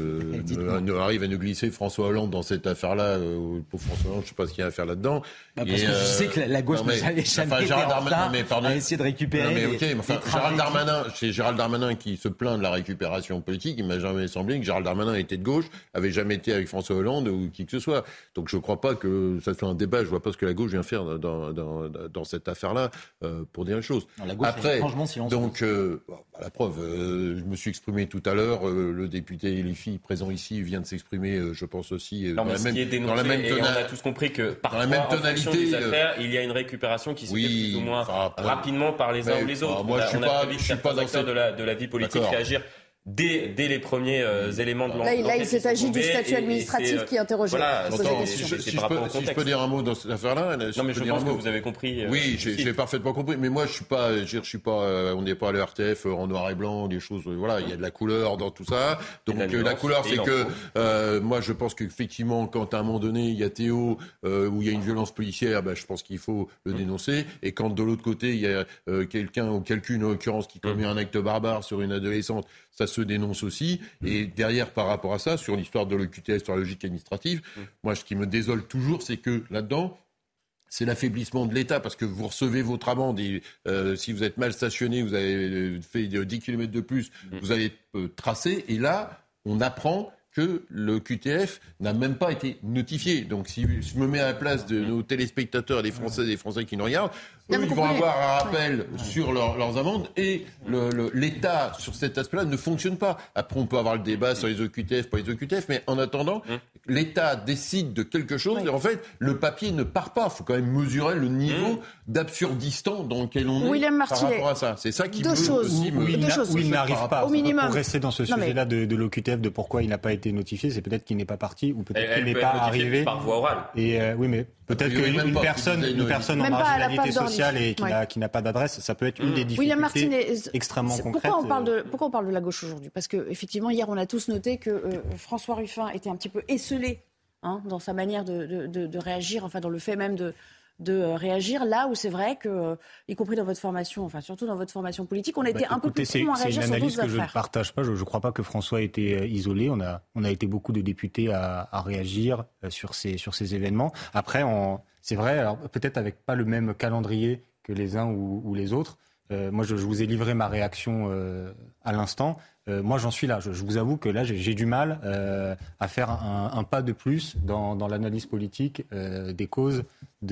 euh, arrive à nous glisser François Hollande dans cette affaire-là. Euh, pour François Hollande, je ne sais pas ce qu'il y a à faire là-dedans. Bah parce et, que je euh, sais que la, la gauche n'a jamais, jamais enfin, été en retard à essayer de récupérer. Non, mais, les, okay, mais enfin, Gérald Darmanin, c'est Gérald Darmanin qui se plaint de la récupération politique. Il m'a jamais semblé que Gérald Darmanin était de gauche, avait jamais été avec François Hollande ou qui que ce soit. Donc je ne crois pas que ça soit un débat. Je ne vois pas ce que la gauche vient faire dans, dans, dans cette affaire-là euh, pour dire les choses. Non, la gauche Après, est donc euh, bon, bah, la preuve. Euh, je me suis exprimé tout à l'heure. Euh, le député Elifi présent ici vient de s'exprimer, euh, je pense aussi, euh, non, dans, la même, dénoncé, dans la même tonalité. On a tous compris que parfois, dans la même en fonction tonalité, des affaires, il y a une récupération qui se oui, fait plus ou moins enfin, rapidement par les uns mais, ou les autres. Enfin, moi, on a, je suis on pas, a je suis pas dans acteurs cette... de la, de la vie politique D'accord. réagir dès, dès les premiers euh, éléments de l'enquête. Là, là il s'est agi du statut administratif et qui interrogeait. Voilà, Attends, si, je, si, je peux, si je peux dire un mot dans cette affaire-là. Non, si mais je, je pense que vous avez compris. Euh, oui, j'ai, j'ai parfaitement compris. Mais moi, je suis pas, je suis pas, euh, on n'est pas à l'E R T F euh, en noir et blanc, des choses. Euh, voilà, il y a de la couleur dans tout ça. Donc la, euh, la couleur, c'est que euh, moi, je pense qu'effectivement, quand à un moment donné, il y a Théo euh, où il y a une violence policière, ben, je pense qu'il faut le mmh. dénoncer. Et quand de l'autre côté, il y a euh, quelqu'un ou quelqu'une en l'occurrence qui commet mmh. un acte barbare sur une adolescente, ça se dénonce aussi. Mmh. Et derrière, par rapport à ça, sur l'histoire de l'O Q T F, sur la logique administrative, mmh. moi, ce qui me désole toujours, c'est que là-dedans, c'est l'affaiblissement de l'État, parce que vous recevez votre amende et euh, si vous êtes mal stationné, vous avez fait dix kilomètres de plus, mmh. vous avez euh, tracé, et là, on apprend que le Q T F n'a même pas été notifié. Donc si je me mets à la place de nos téléspectateurs et des Français et des Français qui nous regardent, eux, ils vont avoir un rappel ouais. sur leur, leurs amendes et le, le, l'État, sur cet aspect-là, ne fonctionne pas. Après, on peut avoir le débat sur les O Q T F, pas les O Q T F, mais en attendant, mmh. l'État décide de quelque chose ouais. et en fait, le papier ne part pas. Il faut quand même mesurer le niveau mmh. d'absurdistan dans lequel on William est Martinet, par rapport à ça. C'est ça qui deux me choses. aussi me... Où il, n'a, où il n'arrive pas. Au minimum. Pour rester dans ce non, sujet-là mais... de, de l'O Q T F, de pourquoi il n'a pas été notifié, c'est peut-être qu'il n'est pas parti ou peut-être elle, qu'il n'est pas arrivé. Par voie orale. Et euh, oui, mais peut-être qu'une personne, une personne en marginalité sociale et qui, ouais. n'a, qui n'a pas d'adresse, ça peut être une mmh. des difficultés Martinet, extrêmement concrètes. Pourquoi on parle de, pourquoi on parle de la gauche aujourd'hui ? Parce que effectivement, hier, on a tous noté que euh, François Ruffin était un petit peu esselé hein, dans sa manière de, de, de, de réagir, enfin dans le fait même de de euh, réagir là où c'est vrai que, euh, y compris dans votre formation, enfin surtout dans votre formation politique, on a bah, été un écoutez, peu plus prompt à réagir sur d'autres affaires. C'est une analyse que je ne partage pas. Je ne crois pas que François ait été euh, isolé. On a, on a été beaucoup de députés à, à réagir euh, sur, ces, sur ces événements. Après, on, c'est vrai, alors peut-être avec pas le même calendrier que les uns ou, ou les autres. Euh, moi, je, je vous ai livré ma réaction euh, à l'instant. Euh, moi, j'en suis là. Je, je vous avoue que là, j'ai, j'ai du mal euh, à faire un, un pas de plus dans, dans l'analyse politique euh, des causes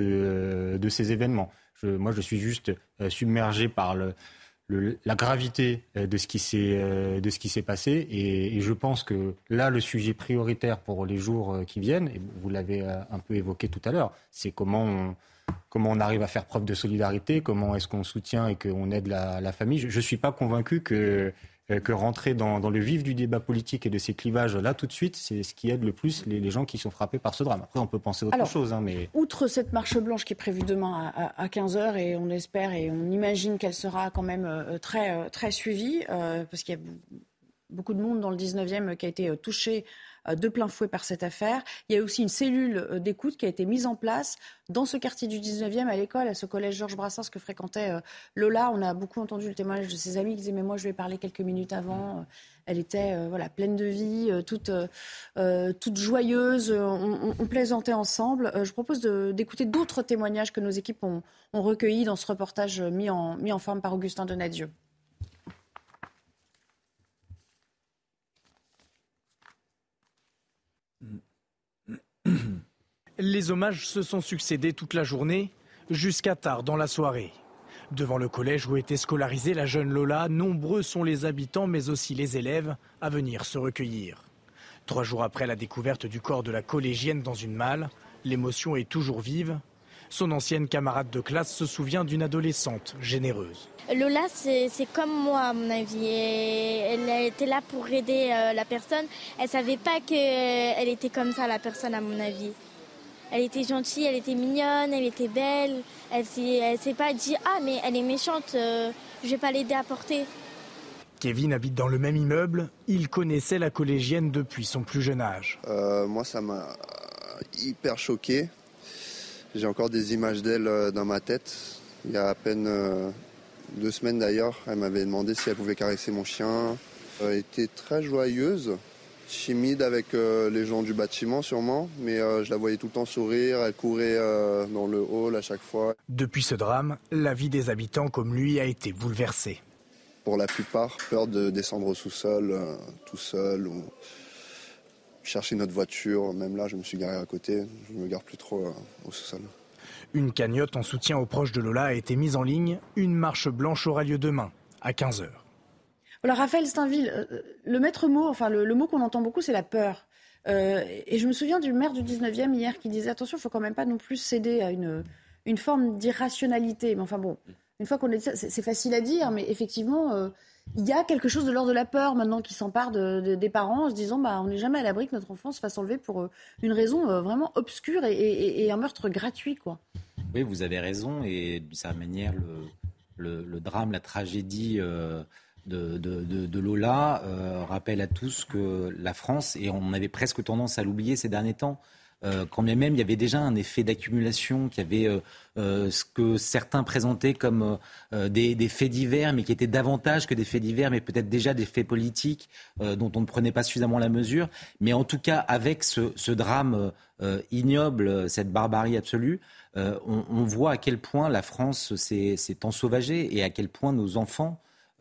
de, de ces événements. Je, moi, je suis juste euh, submergé par le, le, la gravité euh, de ce qui s'est, euh, de ce qui s'est passé. Et, et je pense que là, le sujet prioritaire pour les jours euh, qui viennent, et vous l'avez euh, un peu évoqué tout à l'heure, c'est comment on... Comment on arrive à faire preuve de solidarité, comment est-ce qu'on soutient et qu'on aide la, la famille. Je ne suis pas convaincu que, que rentrer dans, dans le vif du débat politique et de ces clivages-là tout de suite, c'est ce qui aide le plus les, les gens qui sont frappés par ce drame. Après, on peut penser autre Alors, chose. Hein, mais... Outre cette marche blanche qui est prévue demain à, à quinze heures, et on espère et on imagine qu'elle sera quand même très, très suivie, euh, parce qu'il y a beaucoup de monde dans le dix-neuvième qui a été touché de plein fouet par cette affaire. Il y a aussi une cellule d'écoute qui a été mise en place dans ce quartier du dix-neuvième, à l'école, à ce collège Georges Brassens que fréquentait Lola. On a beaucoup entendu le témoignage de ses amis qui disaient « mais moi je lui ai parlé quelques minutes avant ». Elle était euh, voilà, pleine de vie, euh, toute, euh, toute joyeuse, on, on, on plaisantait ensemble. Euh, je propose de, d'écouter d'autres témoignages que nos équipes ont, ont recueillis dans ce reportage mis en, mis en forme par Augustin Donadieu. Les hommages se sont succédés toute la journée, jusqu'à tard dans la soirée. Devant le collège où était scolarisée la jeune Lola, nombreux sont les habitants mais aussi les élèves à venir se recueillir. Trois jours après la découverte du corps de la collégienne dans une malle, l'émotion est toujours vive. Son ancienne camarade de classe se souvient d'une adolescente généreuse. Lola, c'est, c'est comme moi à mon avis. Et elle était là pour aider euh, la personne. Elle ne savait pas qu'elle était comme ça, la personne, à mon avis. Elle était gentille, elle était mignonne, elle était belle. Elle ne s'est pas dit « Ah, mais elle est méchante, euh, je ne vais pas l'aider à porter ». Kevin habite dans le même immeuble. Il connaissait la collégienne depuis son plus jeune âge. Euh, moi, ça m'a hyper choqué. J'ai encore des images d'elle dans ma tête. Il y a à peine euh, deux semaines d'ailleurs. Elle m'avait demandé si elle pouvait caresser mon chien. Elle était très joyeuse, timide avec euh, les gens du bâtiment sûrement, mais euh, je la voyais tout le temps sourire, elle courait euh, dans le hall à chaque fois. Depuis ce drame, la vie des habitants comme lui a été bouleversée. Pour la plupart, peur de descendre au sous-sol euh, tout seul ou chercher notre voiture. Même là, je me suis garé à côté, je ne me gare plus trop euh, au sous-sol. Une cagnotte en soutien aux proches de Lola a été mise en ligne. Une marche blanche aura lieu demain, à quinze heures. Voilà, Raphaël Steinville, le maître mot, enfin le, le mot qu'on entend beaucoup, c'est la peur. Euh, et je me souviens du maire du dix-neuvième hier qui disait attention, il ne faut quand même pas non plus céder à une, une forme d'irrationalité. Mais enfin bon, une fois qu'on est dit ça, c'est, c'est facile à dire, mais effectivement, euh, il y a quelque chose de l'ordre de la peur maintenant qui s'empare de, de, des parents en se disant bah, on n'est jamais à l'abri que notre enfant se fasse enlever pour euh, une raison euh, vraiment obscure et, et, et un meurtre gratuit, quoi. Oui, vous avez raison, et de sa manière, le, le, le drame, la tragédie euh, de, de, de, de Lola euh, rappelle à tous que la France, et on avait presque tendance à l'oublier ces derniers temps, euh, quand bien même il y avait déjà un effet d'accumulation, qui avait euh, euh, ce que certains présentaient comme euh, des, des faits divers, mais qui étaient davantage que des faits divers, mais peut-être déjà des faits politiques euh, dont on ne prenait pas suffisamment la mesure. Mais en tout cas, avec ce, ce drame euh, ignoble, cette barbarie absolue, euh, on, on voit à quel point la France s'est, s'est ensauvagée et à quel point nos enfants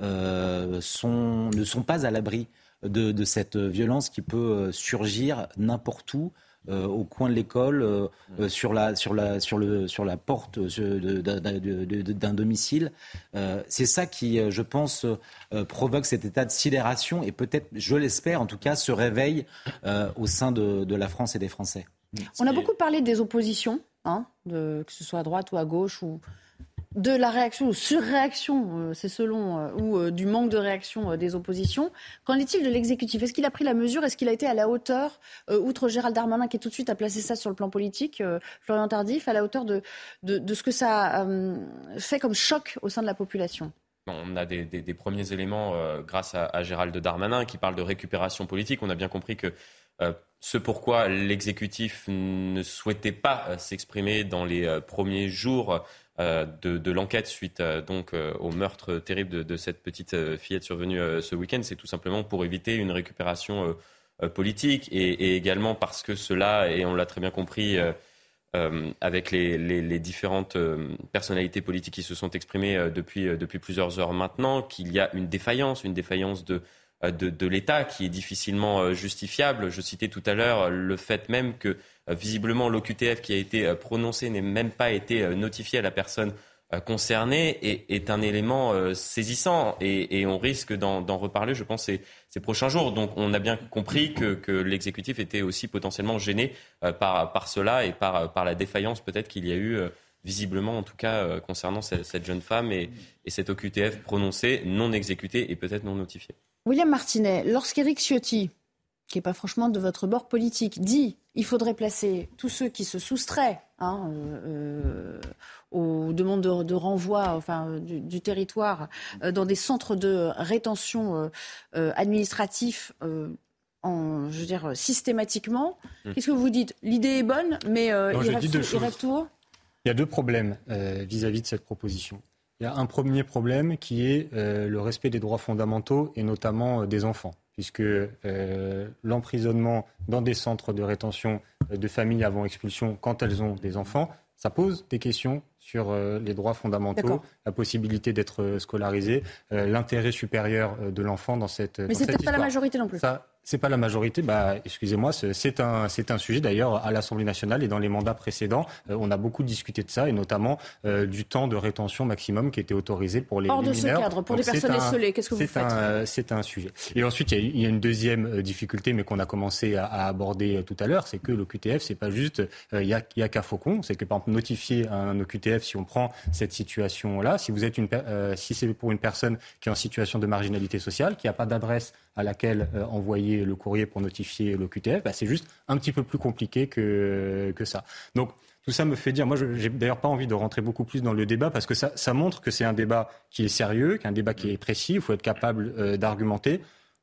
euh, sont, ne sont pas à l'abri de, de cette violence qui peut surgir n'importe où. Euh, au coin de l'école, euh, euh, sur, la, sur, la, sur, le, sur la porte de, de, de, de, de, d'un domicile. Euh, c'est ça qui, je pense, euh, provoque cet état de sidération et peut-être, je l'espère en tout cas, se réveille euh, au sein de, de la France et des Français. On a beaucoup parlé des oppositions, hein, de, que ce soit à droite ou à gauche, ou de la réaction ou surréaction, euh, c'est selon, euh, ou euh, du manque de réaction euh, des oppositions. Qu'en est-il de l'exécutif ? Est-ce qu'il a pris la mesure ? Est-ce qu'il a été à la hauteur, euh, outre Gérald Darmanin qui tout de suite a placé ça sur le plan politique, euh, Florian Tardif, à la hauteur de, de, de ce que ça euh, fait comme choc au sein de la population ? On a des, des, des premiers éléments euh, grâce à, à Gérald Darmanin qui parle de récupération politique. On a bien compris que euh, ce pourquoi l'exécutif ne souhaitait pas euh, s'exprimer dans les euh, premiers jours euh, de, de l'enquête suite euh, donc euh, au meurtre terrible de, de cette petite euh, fillette survenue euh, ce week-end, c'est tout simplement pour éviter une récupération euh, euh, politique et, et également parce que cela, et on l'a très bien compris euh, euh, avec les, les, les différentes euh, personnalités politiques qui se sont exprimées euh, depuis, euh, depuis plusieurs heures maintenant, qu'il y a une défaillance, une défaillance de De, de l'État qui est difficilement justifiable. Je citais tout à l'heure le fait même que visiblement l'O Q T F qui a été prononcé n'ait même pas été notifié à la personne concernée est, est un élément saisissant et, et on risque d'en, d'en reparler, je pense, ces, ces prochains jours. Donc on a bien compris que, que l'exécutif était aussi potentiellement gêné par, par cela et par, par la défaillance peut-être qu'il y a eu visiblement en tout cas concernant cette, cette jeune femme et, et cet O Q T F prononcé, non exécuté et peut-être non notifié. William Martinet, lorsqu'Éric Ciotti, qui n'est pas franchement de votre bord politique, dit qu'il faudrait placer tous ceux qui se soustraient hein, euh, aux demandes de, de renvoi enfin, du, du territoire euh, dans des centres de rétention euh, euh, administratifs euh, en, je veux dire, systématiquement, mmh. Qu'est-ce que vous dites ? L'idée est bonne, mais euh, non, il, rêve tout, il rêve tout haut ? Il y a deux problèmes euh, vis-à-vis de cette proposition. Il y a un premier problème qui est euh, le respect des droits fondamentaux et notamment euh, des enfants, puisque euh, l'emprisonnement dans des centres de rétention euh, de familles avant expulsion quand elles ont des enfants, ça pose des questions sur euh, les droits fondamentaux, D'accord. la possibilité d'être euh, scolarisé, euh, l'intérêt supérieur euh, de l'enfant dans cette Mais dans c'est cette peut-être pas la majorité non plus. Ça, c'est pas la majorité, bah, excusez-moi, c'est un, c'est un sujet d'ailleurs à l'Assemblée nationale et dans les mandats précédents, euh, on a beaucoup discuté de ça et notamment euh, du temps de rétention maximum qui était autorisé pour les, Hors les de mineurs. Ce cadre, pour Donc, des personnes esselées, qu'est-ce que vous faites ? un, C'est un sujet. Et ensuite, il y a, il y a une deuxième euh, difficulté, mais qu'on a commencé à, à aborder euh, tout à l'heure, c'est que l'O Q T F, c'est pas juste, euh, il y a, il y a qu'à Faucon, c'est que par exemple notifier un O Q T F si on prend cette situation-là, si vous êtes une, euh, si c'est pour une personne qui est en situation de marginalité sociale, qui n'a pas d'adresse à laquelle euh, envoyer le courrier pour notifier l'O Q T F, bah, c'est juste un petit peu plus compliqué que, que ça. Donc tout ça me fait dire, moi je n'ai d'ailleurs pas envie de rentrer beaucoup plus dans le débat parce que ça, ça montre que c'est un débat qui est sérieux, qu'un débat qui est précis, il faut être capable euh, d'argumenter.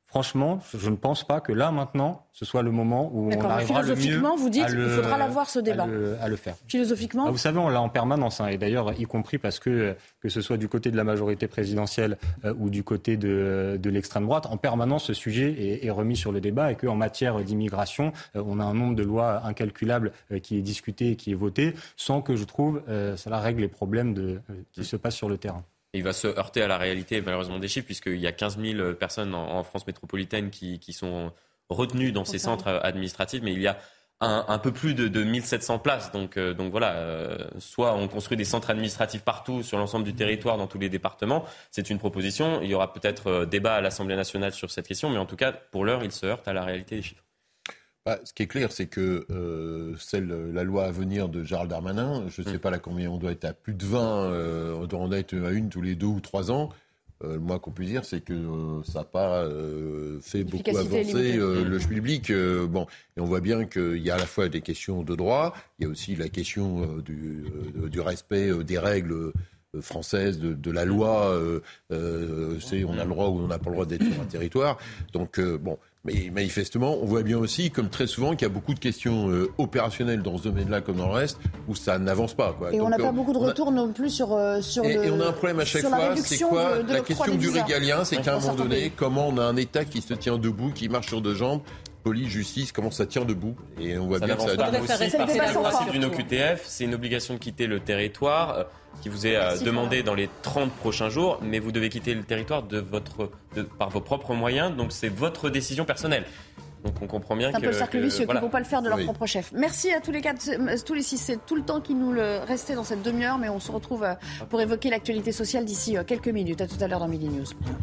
franchement, je ne pense pas que là, maintenant, ce soit le moment où on arrivera le mieux philosophiquement, vous dites qu'il faudra l'avoir, ce débat. À le, à le faire. Philosophiquement ah, vous savez, on l'a en permanence, hein, et d'ailleurs, y compris parce que, que ce soit du côté de la majorité présidentielle euh, ou du côté de, de l'extrême droite, en permanence, ce sujet est, est remis sur le débat et qu'en matière d'immigration, euh, on a un nombre de lois incalculables euh, qui est discuté et qui est voté, sans que, je trouve, euh, cela règle les problèmes de, euh, qui se passent sur le terrain. Il va se heurter à la réalité, malheureusement, des chiffres, puisqu'il y a quinze mille personnes en, en France métropolitaine qui, qui sont retenues dans ces centres administratifs, mais il y a un, un peu plus de, de mille sept cents places. Donc, euh, donc voilà, euh, soit on construit des centres administratifs partout, sur l'ensemble du territoire, dans tous les départements. C'est une proposition. Il y aura peut-être euh, débat à l'Assemblée nationale sur cette question, mais en tout cas, pour l'heure, il se heurte à la réalité des chiffres. Bah, ce qui est clair, c'est que euh, celle, la loi à venir de Gérald Darmanin, je ne sais mmh. pas là combien on doit être à plus de vingt, euh, on doit en être à une tous les deux ou trois ans. Euh, le moins qu'on puisse dire, c'est que euh, ça n'a pas euh, fait beaucoup avancer euh, le public. Euh, bon, et on voit bien qu'il y a à la fois des questions de droit, il y a aussi la question euh, du, euh, du respect euh, des règles euh, françaises, de, de la loi. Euh, euh, c'est, on a le droit ou on n'a pas le droit d'être sur un territoire. Donc, euh, bon. Mais manifestement, on voit bien aussi, comme très souvent, qu'il y a beaucoup de questions euh, opérationnelles dans ce domaine-là comme dans le reste, où ça n'avance pas. Quoi. Et Donc, on n'a pas on, beaucoup de retours a... non plus sur, euh, sur et, le... Et on a un problème à chaque fois, c'est quoi de, de la question du régalien, c'est qu'à un moment donné, pays. comment on a un État qui se tient debout, qui marche sur deux jambes, police, justice, comment ça tient debout. Et on voit ça bien que ça pas aussi parce que le principe d'une O Q T F, c'est une obligation de quitter le territoire qui vous est euh, demandé dans les trente prochains jours, mais vous devez quitter le territoire de votre, de, par vos propres moyens, donc c'est votre décision personnelle. Donc on comprend bien que... C'est un peu le cercle vicieux, voilà. qu'ils ne vont pas le faire de leur oui. propre chef. Merci à tous les quatre, tous les six. C'est tout le temps qui nous le restait dans cette demi-heure, mais on se retrouve pour évoquer l'actualité sociale d'ici quelques minutes. À tout à l'heure dans Midi News.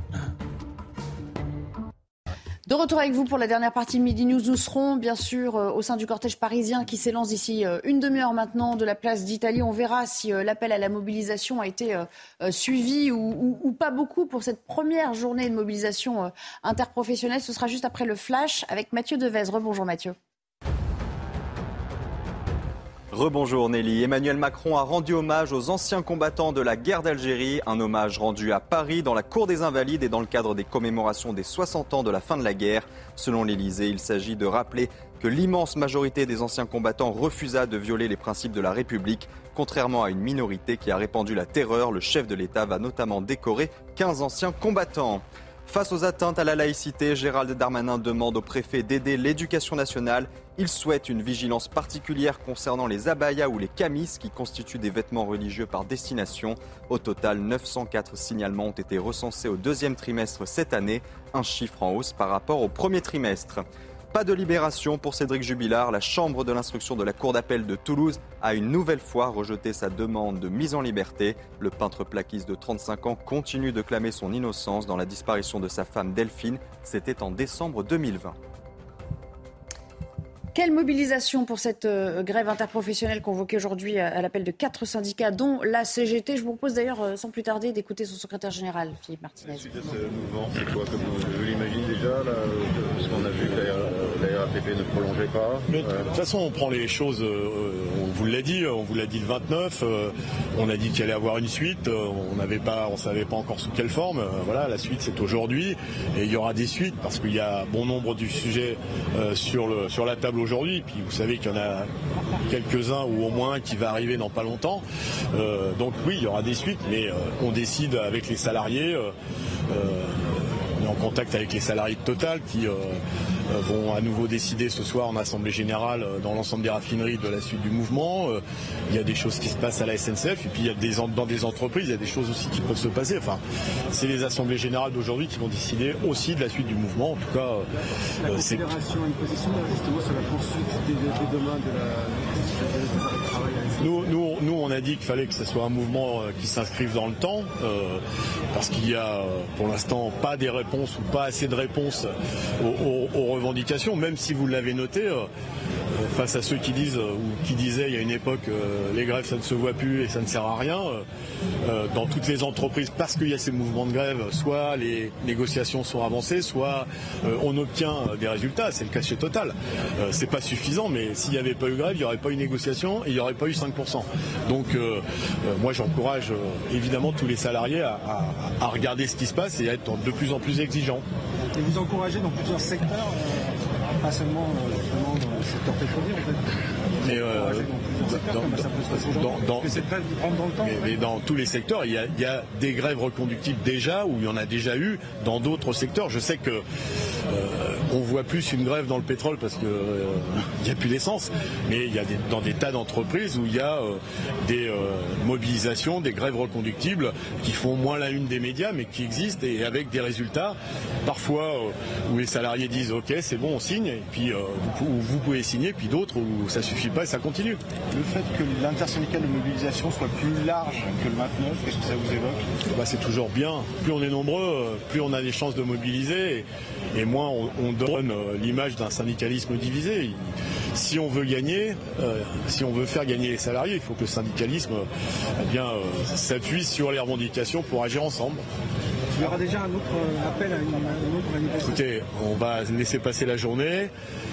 De retour avec vous pour la dernière partie de Midi News. Nous serons bien sûr au sein du cortège parisien qui s'élance d'ici une demi-heure maintenant de la place d'Italie. On verra si l'appel à la mobilisation a été suivi ou, ou, ou pas beaucoup pour cette première journée de mobilisation interprofessionnelle. Ce sera juste après le flash avec Mathieu Devez. Rebonjour Mathieu. Rebonjour Nelly. Emmanuel Macron a rendu hommage aux anciens combattants de la guerre d'Algérie. Un hommage rendu à Paris, dans la cour des Invalides et dans le cadre des commémorations des soixante ans de la fin de la guerre. Selon l'Élysée, il s'agit de rappeler que l'immense majorité des anciens combattants refusa de violer les principes de la République. Contrairement à une minorité qui a répandu la terreur, le chef de l'État va notamment décorer quinze anciens combattants. Face aux atteintes à la laïcité, Gérald Darmanin demande au préfet d'aider l'éducation nationale. Il souhaite une vigilance particulière concernant les abayas ou les camis qui constituent des vêtements religieux par destination. Au total, neuf cent quatre signalements ont été recensés au deuxième trimestre cette année, un chiffre en hausse par rapport au premier trimestre. Pas de libération pour Cédric Jubilard. La chambre de l'instruction de la cour d'appel de Toulouse a une nouvelle fois rejeté sa demande de mise en liberté. Le peintre plaquiste de trente-cinq ans continue de clamer son innocence dans la disparition de sa femme Delphine. C'était en décembre deux mille vingt. Quelle mobilisation pour cette euh, grève interprofessionnelle convoquée aujourd'hui à, à l'appel de quatre syndicats, dont la C G T. Je vous propose d'ailleurs, euh, sans plus tarder, d'écouter son secrétaire général, Philippe Martinez. La suite de ce mouvement, c'est quoi comme je l'imagine déjà, là, parce qu'on a vu que la R A P P ne prolongeait pas. Mais de toute façon, on prend les choses, euh, on vous l'a dit, on vous l'a dit le vingt-neuf, euh, on a dit qu'il allait y avoir une suite, euh, on n'avait pas, on savait pas encore sous quelle forme. Euh, voilà, la suite c'est aujourd'hui, et il y aura des suites parce qu'il y a bon nombre du sujet euh, sur le sur la table aujourd'hui, puis vous savez qu'il y en a quelques-uns ou au moins qui va arriver dans pas longtemps. Euh, donc oui, il y aura des suites, mais euh, on décide avec les salariés. Euh, euh, on est en contact avec les salariés de Total qui euh, vont à nouveau décider ce soir en assemblée générale euh, dans l'ensemble des raffineries de la suite du mouvement. Euh, il y a des choses qui se passent à la S N C F et puis il y a des, dans des entreprises, il y a des choses aussi qui peuvent se passer. Enfin, c'est les assemblées générales d'aujourd'hui qui vont décider aussi de la suite du mouvement. En tout cas, la euh, c'est... Confédération a une position justement sur la poursuite des, des demandes de la... Nous, nous, nous, on a dit qu'il fallait que ce soit un mouvement qui s'inscrive dans le temps, euh, parce qu'il y a pour l'instant pas des réponses ou pas assez de réponses aux, aux, aux revendications, même si vous l'avez noté. Euh, face à ceux qui disent ou qui disaient il y a une époque euh, les grèves ça ne se voit plus et ça ne sert à rien, euh, dans toutes les entreprises parce qu'il y a ces mouvements de grève, soit les négociations sont avancées, soit euh, on obtient des résultats. C'est le cas chez Total. Euh, c'est pas suffisant, mais s'il n'y avait pas eu grève, il n'y aurait pas eu négociation et il n'y aurait pas eu cinq pour cent. Donc euh, euh, moi j'encourage euh, évidemment tous les salariés à, à, à regarder ce qui se passe et à être de plus en plus exigeants. Et vous encouragez dans plusieurs secteurs, euh, pas seulement euh, dans le secteur pétrolier en fait. Mais euh, dans, dans, dans, dans, mais, mais dans tous les secteurs, il y, a, il y a des grèves reconductibles déjà, ou il y en a déjà eu dans d'autres secteurs. Je sais que euh, on voit plus une grève dans le pétrole parce qu'il euh, n'y a plus d'essence, mais il y a des, dans des tas d'entreprises où il y a euh, des euh, mobilisations, des grèves reconductibles qui font moins la une des médias, mais qui existent et avec des résultats. Parfois euh, où les salariés disent ok c'est bon on signe, et puis euh, vous, vous pouvez signer, puis d'autres où ça suffit pas et ça continue. Le fait que l'intersyndicale de mobilisation soit plus large que le vingt-neuf, qu'est-ce que ça vous évoque ? Bah, c'est toujours bien. Plus on est nombreux, plus on a des chances de mobiliser et, et moins on, on donne l'image d'un syndicalisme divisé. Si on veut gagner, euh, si on veut faire gagner les salariés, il faut que le syndicalisme eh bien, euh, s'appuie sur les revendications pour agir ensemble. Il y aura déjà un autre appel à une, une autre manifestation. Écoutez, on va laisser passer la journée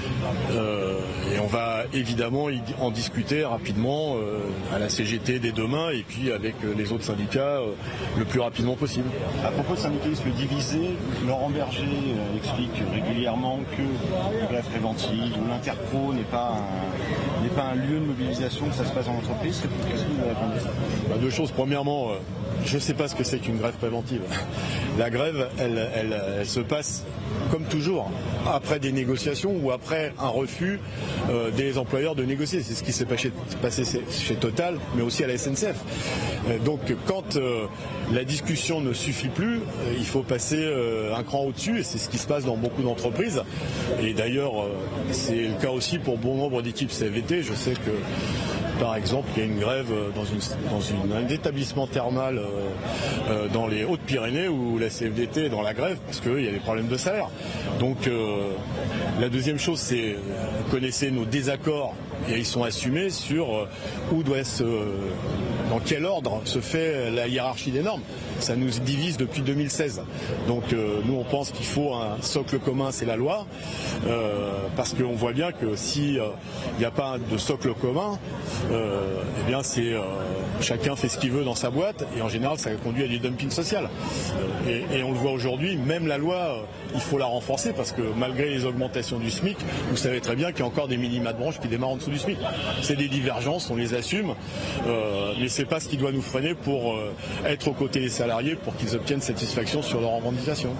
euh, et on va évidemment en discuter rapidement euh, à la C G T dès demain et puis avec les autres syndicats euh, le plus rapidement possible. À propos de syndicalisme divisé, Laurent Berger euh, explique régulièrement que la grève préventive ou l'interpro n'est pas un, n'est pas un lieu de mobilisation, que ça se passe dans l'entreprise. Qu'est-ce que vous répondez ? Bah, deux choses. Premièrement, euh, je ne sais pas ce que c'est qu'une grève préventive. La grève, elle, elle, elle se passe comme toujours, après des négociations ou après un refus euh, des employeurs de négocier. C'est ce qui s'est passé, passé chez Total, mais aussi à la S N C F. Euh, donc quand euh, la discussion ne suffit plus, euh, il faut passer euh, un cran au-dessus, et c'est ce qui se passe dans beaucoup d'entreprises. Et d'ailleurs, euh, c'est le cas aussi pour bon nombre d'équipes C F D T. Je sais que par exemple, il y a une grève dans, une, dans une, un établissement thermal euh, euh, dans les Hautes-Pyrénées où la C F D T est dans la grève parce qu'il y a des problèmes de salaire. Donc euh, la deuxième chose, c'est vous connaissez nos désaccords et ils sont assumés sur euh, où doit se, euh, dans quel ordre se fait la hiérarchie des normes. Ça nous divise depuis deux mille seize. Donc euh, nous on pense qu'il faut un socle commun, c'est la loi, euh, parce qu'on voit bien que si il euh, n'y a pas de socle commun, euh, eh bien c'est euh, chacun fait ce qu'il veut dans sa boîte et en général ça conduit à du dumping social. Euh, et, et on le voit aujourd'hui, même la loi, euh, il faut la renforcer parce que malgré les augmentations du SMIC, vous savez très bien qu'il y a encore des minima de branche qui démarrent en dessous du SMIC. C'est des divergences, on les assume, euh, mais c'est pas ce qui doit nous freiner pour euh, être aux côtés des salariés pour qu'ils obtiennent satisfaction sur leurs revendications.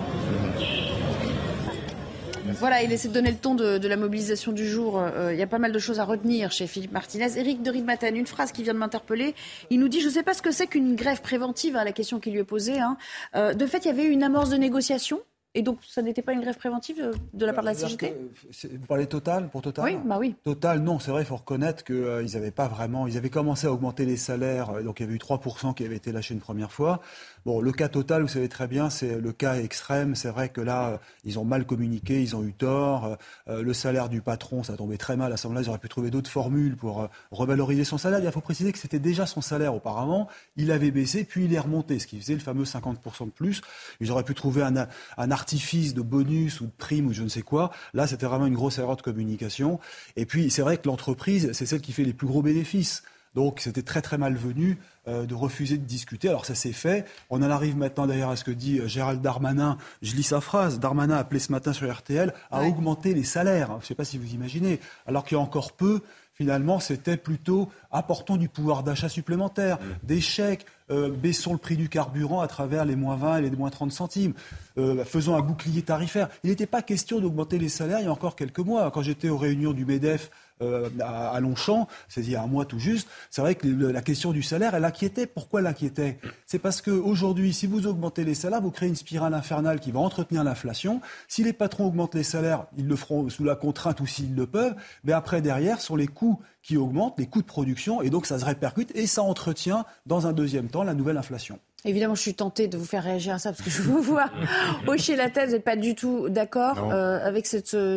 Voilà, il essaie de donner le ton de, de la mobilisation du jour. Euh, il y a pas mal de choses à retenir chez Philippe Martinez. Éric de Ritmaten, une phrase qui vient de m'interpeller. Il nous dit, je ne sais pas ce que c'est qu'une grève préventive, hein, la question qui lui est posée. Hein. Euh, de fait, il y avait eu une amorce de négociation. Et donc, ça n'était pas une grève préventive de la part de la C G T ? Vous parlez Total, pour Total ? Oui, bah oui. Total, non, c'est vrai, il faut reconnaître qu'ils euh, n'avaient pas vraiment... Ils avaient commencé à augmenter les salaires, euh, donc il y avait eu trois pour cent qui avaient été lâchés une première fois. Bon, le cas Total, vous savez très bien, c'est le cas extrême. C'est vrai que là, euh, ils ont mal communiqué, ils ont eu tort. Euh, le salaire du patron, ça tombait très mal. À ce moment-là, ils auraient pu trouver d'autres formules pour euh, revaloriser son salaire. Il faut préciser que c'était déjà son salaire auparavant. Il avait baissé, puis il est remonté, ce qui faisait le fameux cinquante pour cent de plus. Ils auraient pu trouver un, un artifice de bonus ou de prime ou je ne sais quoi. Là, c'était vraiment une grosse erreur de communication. Et puis, c'est vrai que l'entreprise, c'est celle qui fait les plus gros bénéfices. Donc, c'était très, très malvenu euh, de refuser de discuter. Alors, ça s'est fait. On en arrive maintenant, d'ailleurs, à ce que dit euh, Gérald Darmanin. Je lis sa phrase. Darmanin a appelé ce matin sur R T L à ouais. augmenter les salaires. Je ne sais pas si vous imaginez. Alors qu'il y a encore peu, finalement, c'était plutôt apportons du pouvoir d'achat supplémentaire, mmh. des chèques, euh, baissons le prix du carburant à travers les moins vingt et les moins trente centimes, euh, faisons un bouclier tarifaire. Il n'était pas question d'augmenter les salaires il y a encore quelques mois. Quand j'étais aux réunions du MEDEF, Euh, à, à Longchamp, c'est il y a un mois tout juste, c'est vrai que le, la question du salaire, elle inquiétait. Pourquoi elle inquiétait ? C'est parce qu'aujourd'hui, si vous augmentez les salaires, vous créez une spirale infernale qui va entretenir l'inflation. Si les patrons augmentent les salaires, ils le feront sous la contrainte ou s'ils le peuvent, mais après, derrière, sont les coûts qui augmentent, les coûts de production, et donc ça se répercute et ça entretient, dans un deuxième temps, la nouvelle inflation. Évidemment, je suis tentée de vous faire réagir à ça parce que je vous vois hocher la tête. Vous n'êtes pas du tout d'accord euh, avec cette,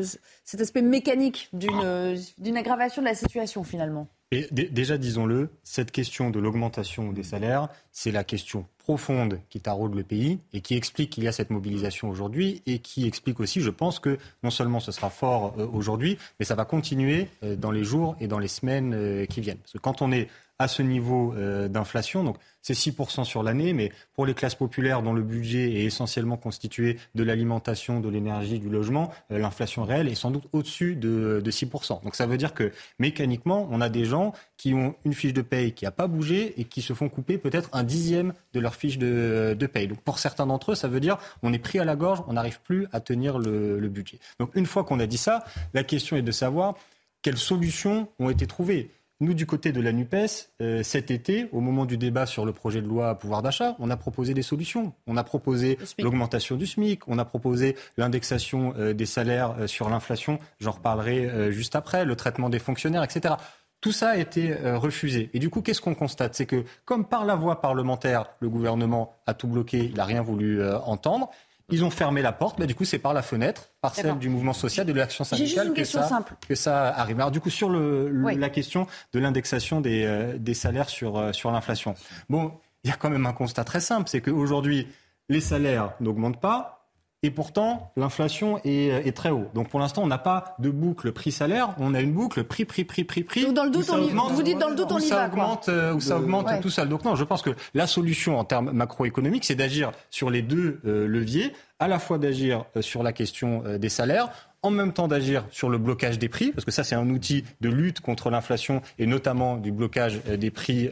cet aspect mécanique d'une, d'une aggravation de la situation finalement. Et d- déjà, disons-le, cette question de l'augmentation des salaires, c'est la question profonde qui taraude le pays et qui explique qu'il y a cette mobilisation aujourd'hui et qui explique aussi, je pense, que non seulement ce sera fort euh, aujourd'hui, mais ça va continuer euh, dans les jours et dans les semaines euh, qui viennent. Parce que quand on est à ce niveau euh, d'inflation, donc c'est six pour cent sur l'année, mais pour les classes populaires dont le budget est essentiellement constitué de l'alimentation, de l'énergie, du logement, euh, l'inflation réelle est sans doute au-dessus de, de six pour cent. Donc ça veut dire que mécaniquement, on a des gens qui ont une fiche de paye qui n'a pas bougé et qui se font couper peut-être un dixième de leur fiche de, de paye. Donc pour certains d'entre eux, ça veut dire on est pris à la gorge, on n'arrive plus à tenir le, le budget. Donc une fois qu'on a dit ça, la question est de savoir quelles solutions ont été trouvées. Nous, du côté de la NUPES, euh, cet été, au moment du débat sur le projet de loi pouvoir d'achat, on a proposé des solutions. On a proposé l'augmentation du SMIC, on a proposé l'indexation euh, des salaires euh, sur l'inflation, j'en reparlerai euh, juste après, le traitement des fonctionnaires, et cetera. Tout ça a été euh, refusé. Et du coup, qu'est-ce qu'on constate ? C'est que, comme par la voie parlementaire, le gouvernement a tout bloqué, il n'a rien voulu euh, entendre. Ils ont fermé la porte, bah, du coup c'est par la fenêtre, par celle du mouvement social et de l'action syndicale que ça, que ça arrive. Alors du coup sur le, le, oui. la question de l'indexation des, euh, des salaires sur, euh, sur l'inflation. Bon, il y a quand même un constat très simple, c'est qu'aujourd'hui les salaires n'augmentent pas et pourtant l'inflation est, est très haut. Donc pour l'instant on n'a pas de boucle prix-salaire, on a une boucle prix-prix-prix-prix-prix. Dans le doute, on y, augmente, vous dites dans le doute on y va. Augmente, euh, où ça augmente ouais. tout ça. Donc non, je pense que la solution en termes macroéconomiques, c'est d'agir sur les deux euh, leviers, à la fois d'agir euh, sur la question euh, des salaires, en même temps d'agir sur le blocage des prix, parce que ça c'est un outil de lutte contre l'inflation et notamment du blocage des prix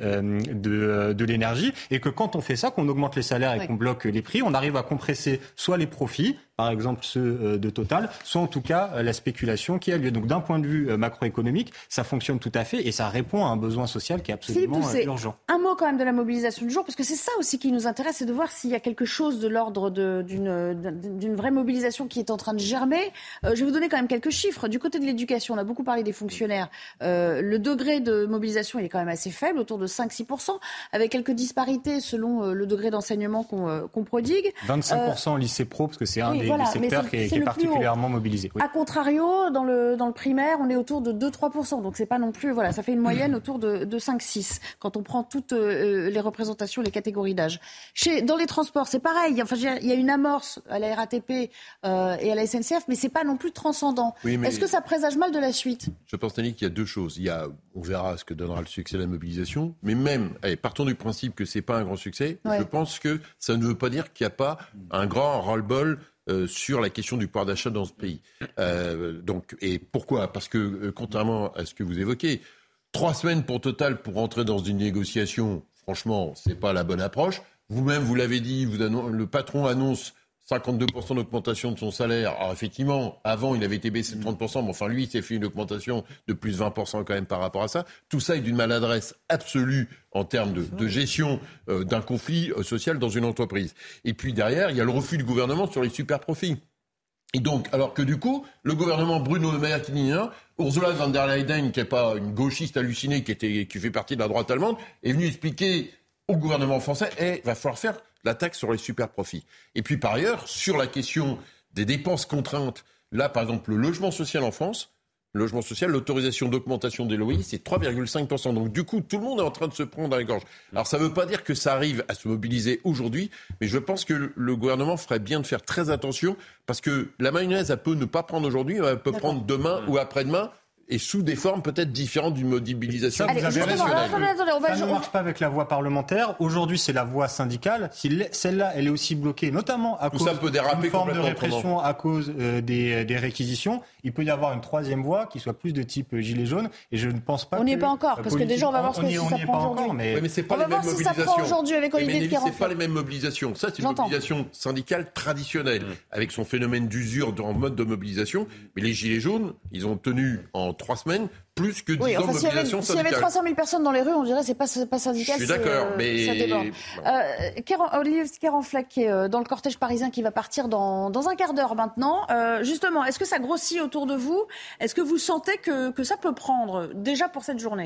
de, de l'énergie, et que quand on fait ça, qu'on augmente les salaires et oui. qu'on bloque les prix, on arrive à compresser soit les profits, par exemple ceux de Total, soit en tout cas la spéculation qui a lieu. Donc d'un point de vue macroéconomique, ça fonctionne tout à fait et ça répond à un besoin social qui est absolument Philippe, urgent. Un mot quand même de la mobilisation du jour, parce que c'est ça aussi qui nous intéresse, c'est de voir s'il y a quelque chose de l'ordre de, d'une, d'une vraie mobilisation qui est en train de germer. Euh, je vais vous donner quand même quelques chiffres. Du côté de l'éducation, on a beaucoup parlé des fonctionnaires. Euh, le degré de mobilisation il est quand même assez faible, autour de cinq à six pour cent, avec quelques disparités selon euh, le degré d'enseignement qu'on, euh, qu'on prodigue. vingt-cinq pour cent euh, lycée pro, parce que c'est un oui, des, voilà, des secteurs qui est, qui est particulièrement mobilisé. Oui. A contrario, dans le, dans le primaire, on est autour de deux à trois pour cent. Donc c'est pas non plus, voilà, ça fait une moyenne autour de, de cinq à six quand on prend toutes euh, les représentations, les catégories d'âge. Chez, dans les transports, c'est pareil. Enfin, il y a une amorce à la R A T P euh, et à la S N C F, mais c'est pas non plus transcendant. Oui, Est-ce que ça présage mal de la suite ? Je pense, Nelly, qu'il y a deux choses. Il y a, on verra ce que donnera le succès de la mobilisation, mais même, allez, partons du principe que c'est pas un grand succès. Ouais. Je pense que ça ne veut pas dire qu'il n'y a pas un grand ras-le-bol Euh, sur la question du pouvoir d'achat dans ce pays. Euh, donc, et pourquoi ? Parce que, euh, contrairement à ce que vous évoquez, trois semaines pour Total pour entrer dans une négociation, franchement, c'est pas la bonne approche. Vous-même, vous l'avez dit, vous annon- le patron annonce cinquante-deux pour cent d'augmentation de son salaire. Alors effectivement, avant, il avait été baissé de trente pour cent, mais enfin, lui, il s'est fait une augmentation de plus de vingt pour cent quand même par rapport à ça. Tout ça est d'une maladresse absolue en termes de, de gestion euh, d'un conflit euh, social dans une entreprise. Et puis derrière, il y a le refus du gouvernement sur les super profits. Et donc, alors que du coup, le gouvernement Bruno Le Maire qui dit rien, Ursula von der Leyen, qui n'est pas une gauchiste hallucinée, qui, était, qui fait partie de la droite allemande, est venue expliquer au gouvernement français, eh, va falloir faire la taxe sur les super profits. Et puis par ailleurs, sur la question des dépenses contraintes, là par exemple le logement social en France, le logement social, l'autorisation d'augmentation des loyers, c'est trois virgule cinq pour cent. Donc du coup, tout le monde est en train de se prendre dans les gorges. Alors ça ne veut pas dire que ça arrive à se mobiliser aujourd'hui, mais je pense que le gouvernement ferait bien de faire très attention, parce que la mayonnaise, elle peut ne pas prendre aujourd'hui, elle peut D'accord. prendre demain ou après-demain, et sous des formes peut-être différentes d'une mobilisation Allez, nationale. Attendez, attendez, on va... Ça ne marche pas avec la voie parlementaire. Aujourd'hui, c'est la voie syndicale. Si celle-là, elle est aussi bloquée, notamment à Tout cause d'une forme de répression, à cause euh, des, des réquisitions, il peut y avoir une troisième voie qui soit plus de type gilet jaune. Et je ne pense pas on n'y est pas encore, parce que déjà, on va voir ce que si ça prend aujourd'hui. Mais... Oui, mais c'est pas on les va voir mêmes si ça prend aujourd'hui avec Olivier de Kéranfleck. C'est pas les mêmes mobilisations. Ça, c'est une J'entends. mobilisation syndicale traditionnelle, avec son phénomène d'usure en mode de mobilisation. Mais les gilets jaunes, ils ont tenu en trois semaines plus que dix oui, ans enfin, de mobilisation s'il y avait trois cent mille personnes dans les rues, on dirait que c'est pas, c'est pas syndical. Je suis d'accord, euh, mais... ça déborde. Euh, Kéran, Olivier Kéranfleck qui est euh, dans le cortège parisien qui va partir dans, dans un quart d'heure maintenant. Euh, justement, est-ce que ça grossit autour de vous ? Est-ce que vous sentez que, que ça peut prendre déjà pour cette journée ?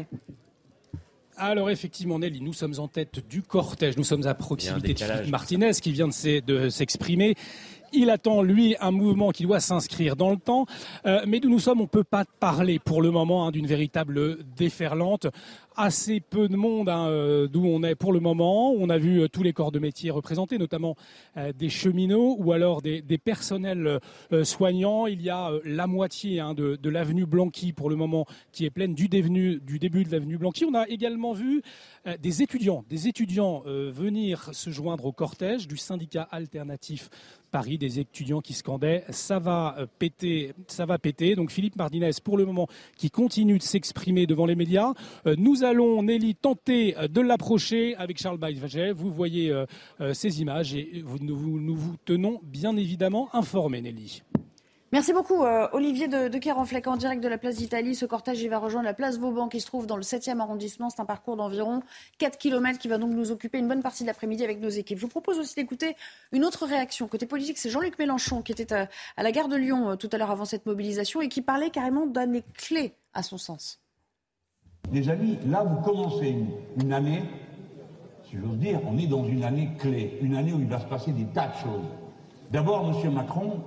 Alors effectivement, Nelly, nous sommes en tête du cortège. Nous sommes à proximité de Philippe Martinez qui vient de, de s'exprimer. Il attend, lui, un mouvement qui doit s'inscrire dans le temps. Euh, mais d'où nous sommes, on ne peut pas parler pour le moment hein, d'une véritable déferlante. Assez peu de monde hein, euh, d'où on est pour le moment. On a vu euh, tous les corps de métier représentés, notamment euh, des cheminots ou alors des, des personnels euh, soignants. Il y a euh, la moitié hein, de, de l'avenue Blanqui pour le moment qui est pleine du, dévenu, du début de l'avenue Blanqui. On a également vu euh, des étudiants, des étudiants euh, venir se joindre au cortège du syndicat alternatif Paris, des étudiants qui scandaient « ça va péter, ça va péter ». Donc Philippe Martinez, pour le moment, qui continue de s'exprimer devant les médias. Euh, nous allons, Nelly, tenter de l'approcher avec Charles Bailly. Vous voyez euh, euh, ces images et vous, nous, nous vous tenons bien évidemment informés, Nelly. Merci beaucoup euh, Olivier de, de Kerenfleck en direct de la place d'Italie. Ce cortège il va rejoindre la place Vauban qui se trouve dans le septième arrondissement. C'est un parcours d'environ quatre kilomètres qui va donc nous occuper une bonne partie de l'après-midi avec nos équipes. Je vous propose aussi d'écouter une autre réaction. Côté politique, c'est Jean-Luc Mélenchon qui était à, à la gare de Lyon euh, tout à l'heure avant cette mobilisation et qui parlait carrément d'année clé à son sens. Les amis, là vous commencez une, une année, si j'ose dire, on est dans une année clé. Une année où il va se passer des tas de choses. D'abord, M. Macron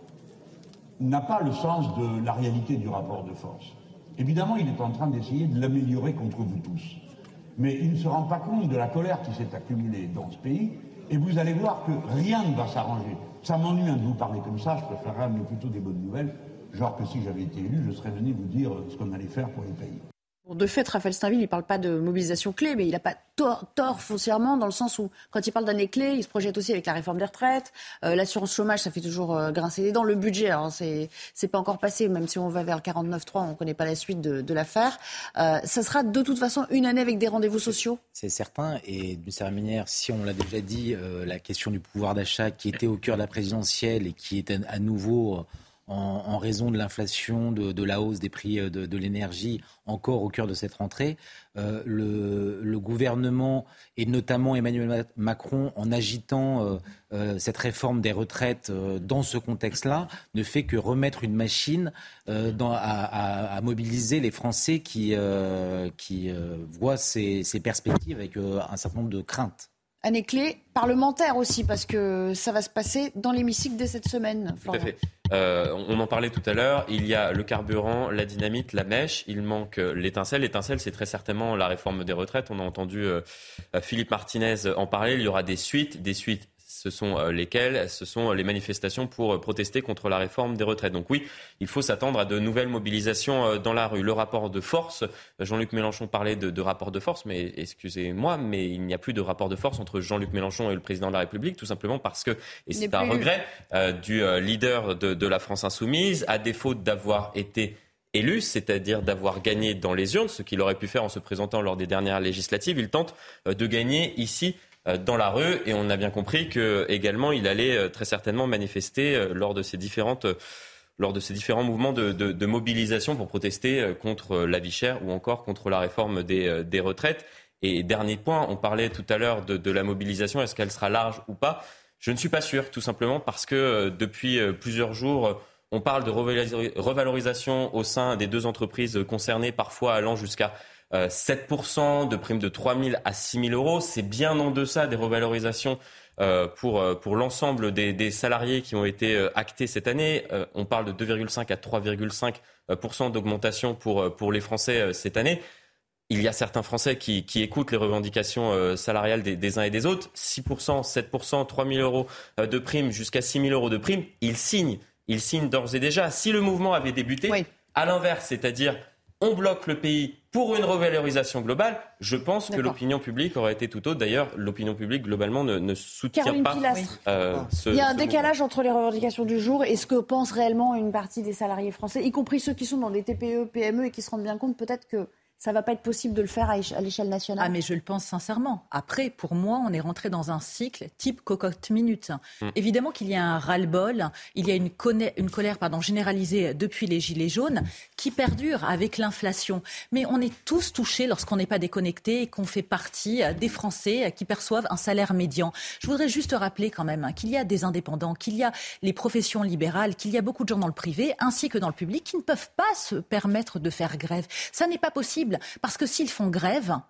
n'a pas le sens de la réalité du rapport de force. Évidemment, il est en train d'essayer de l'améliorer contre vous tous. Mais il ne se rend pas compte de la colère qui s'est accumulée dans ce pays. Et vous allez voir que rien ne va s'arranger. Ça m'ennuie de vous parler comme ça. Je préférerais amener plutôt des bonnes nouvelles. Genre que si j'avais été élu, je serais venu vous dire ce qu'on allait faire pour les pays. De fait, Raphaël Steinville, il ne parle pas de mobilisation clé, mais il n'a pas tort, tort foncièrement dans le sens où, quand il parle d'année clé, il se projette aussi avec la réforme des retraites, euh, l'assurance chômage, ça fait toujours euh, grincer les dents, le budget, alors c'est c'est pas encore passé, même si on va vers le quarante-neuf trois, on ne connaît pas la suite de, de l'affaire. Euh, ça sera de toute façon une année avec des rendez-vous sociaux. C'est certain, et d'une certaine manière, si on l'a déjà dit, euh, la question du pouvoir d'achat qui était au cœur de la présidentielle et qui est à nouveau... Euh, En, en raison de l'inflation, de, de la hausse des prix de, de l'énergie, encore au cœur de cette rentrée, euh, le, le gouvernement et notamment Emmanuel Macron, en agitant euh, euh, cette réforme des retraites euh, dans ce contexte-là, ne fait que remettre une machine euh, dans, à, à, à mobiliser les Français qui, euh, qui euh, voient ces, ces perspectives avec euh, un certain nombre de craintes. Année clé parlementaire aussi, parce que ça va se passer dans l'hémicycle dès cette semaine. Tout à fait. Euh, on en parlait tout à l'heure. Il y a le carburant, la dynamite, la mèche. Il manque l'étincelle. L'étincelle, c'est très certainement la réforme des retraites. On a entendu euh, Philippe Martinez en parler. Il y aura des suites. Des suites, ce sont euh, lesquelles ? Ce sont les manifestations pour euh, protester contre la réforme des retraites. Donc oui, il faut s'attendre à de nouvelles mobilisations euh, dans la rue. Le rapport de force, Jean-Luc Mélenchon parlait de, de rapport de force, mais excusez-moi, mais il n'y a plus de rapport de force entre Jean-Luc Mélenchon et le président de la République, tout simplement parce que, et c'est un regret euh, du euh, leader de, de la France Insoumise, à défaut d'avoir été élu, c'est-à-dire d'avoir gagné dans les urnes, ce qu'il aurait pu faire en se présentant lors des dernières législatives, il tente euh, de gagner ici dans la rue, et on a bien compris que également il allait très certainement manifester lors de ces différentes lors de ces différents mouvements de, de, de mobilisation pour protester contre la vie chère ou encore contre la réforme des, des retraites. Et dernier point, on parlait tout à l'heure de, de la mobilisation, est-ce qu'elle sera large ou pas ? Je ne suis pas sûr, tout simplement parce que depuis plusieurs jours, on parle de revalorisation au sein des deux entreprises concernées, parfois allant jusqu'à Euh, sept pour cent de primes de trois mille à six mille euros. C'est bien en deçà des revalorisations euh, pour, euh, pour l'ensemble des, des salariés qui ont été euh, actés cette année. Euh, on parle de deux virgule cinq à trois virgule cinq pour cent d'augmentation pour, pour les Français euh, cette année. Il y a certains Français qui, qui écoutent les revendications euh, salariales des, des uns et des autres. six pour cent, sept pour cent, trois mille euros euh, de primes jusqu'à six mille euros de primes. Ils signent. Ils signent d'ores et déjà. Si le mouvement avait débuté, oui. à l'inverse, c'est-à-dire on bloque le pays pour une revalorisation globale, je pense D'accord. que l'opinion publique aurait été tout autre. D'ailleurs, l'opinion publique, globalement, ne, ne soutient Caroline pas euh, ce Il y a un ce décalage mouvement. entre les revendications du jour et ce que pense réellement une partie des salariés français, y compris ceux qui sont dans des T P E, P M E et qui se rendent bien compte peut-être que ça ne va pas être possible de le faire à l'échelle nationale. Ah mais je le pense sincèrement. Après, pour moi, on est rentré dans un cycle type cocotte-minute. Mmh. Évidemment qu'il y a un ras-le-bol, il y a une, conna- une colère pardon, généralisée depuis les Gilets jaunes qui perdure avec l'inflation. Mais on est tous touchés lorsqu'on n'est pas déconnecté et qu'on fait partie des Français qui perçoivent un salaire médian. Je voudrais juste rappeler quand même qu'il y a des indépendants, qu'il y a les professions libérales, qu'il y a beaucoup de gens dans le privé ainsi que dans le public qui ne peuvent pas se permettre de faire grève. Ça n'est pas possible. Parce que s'ils font grève,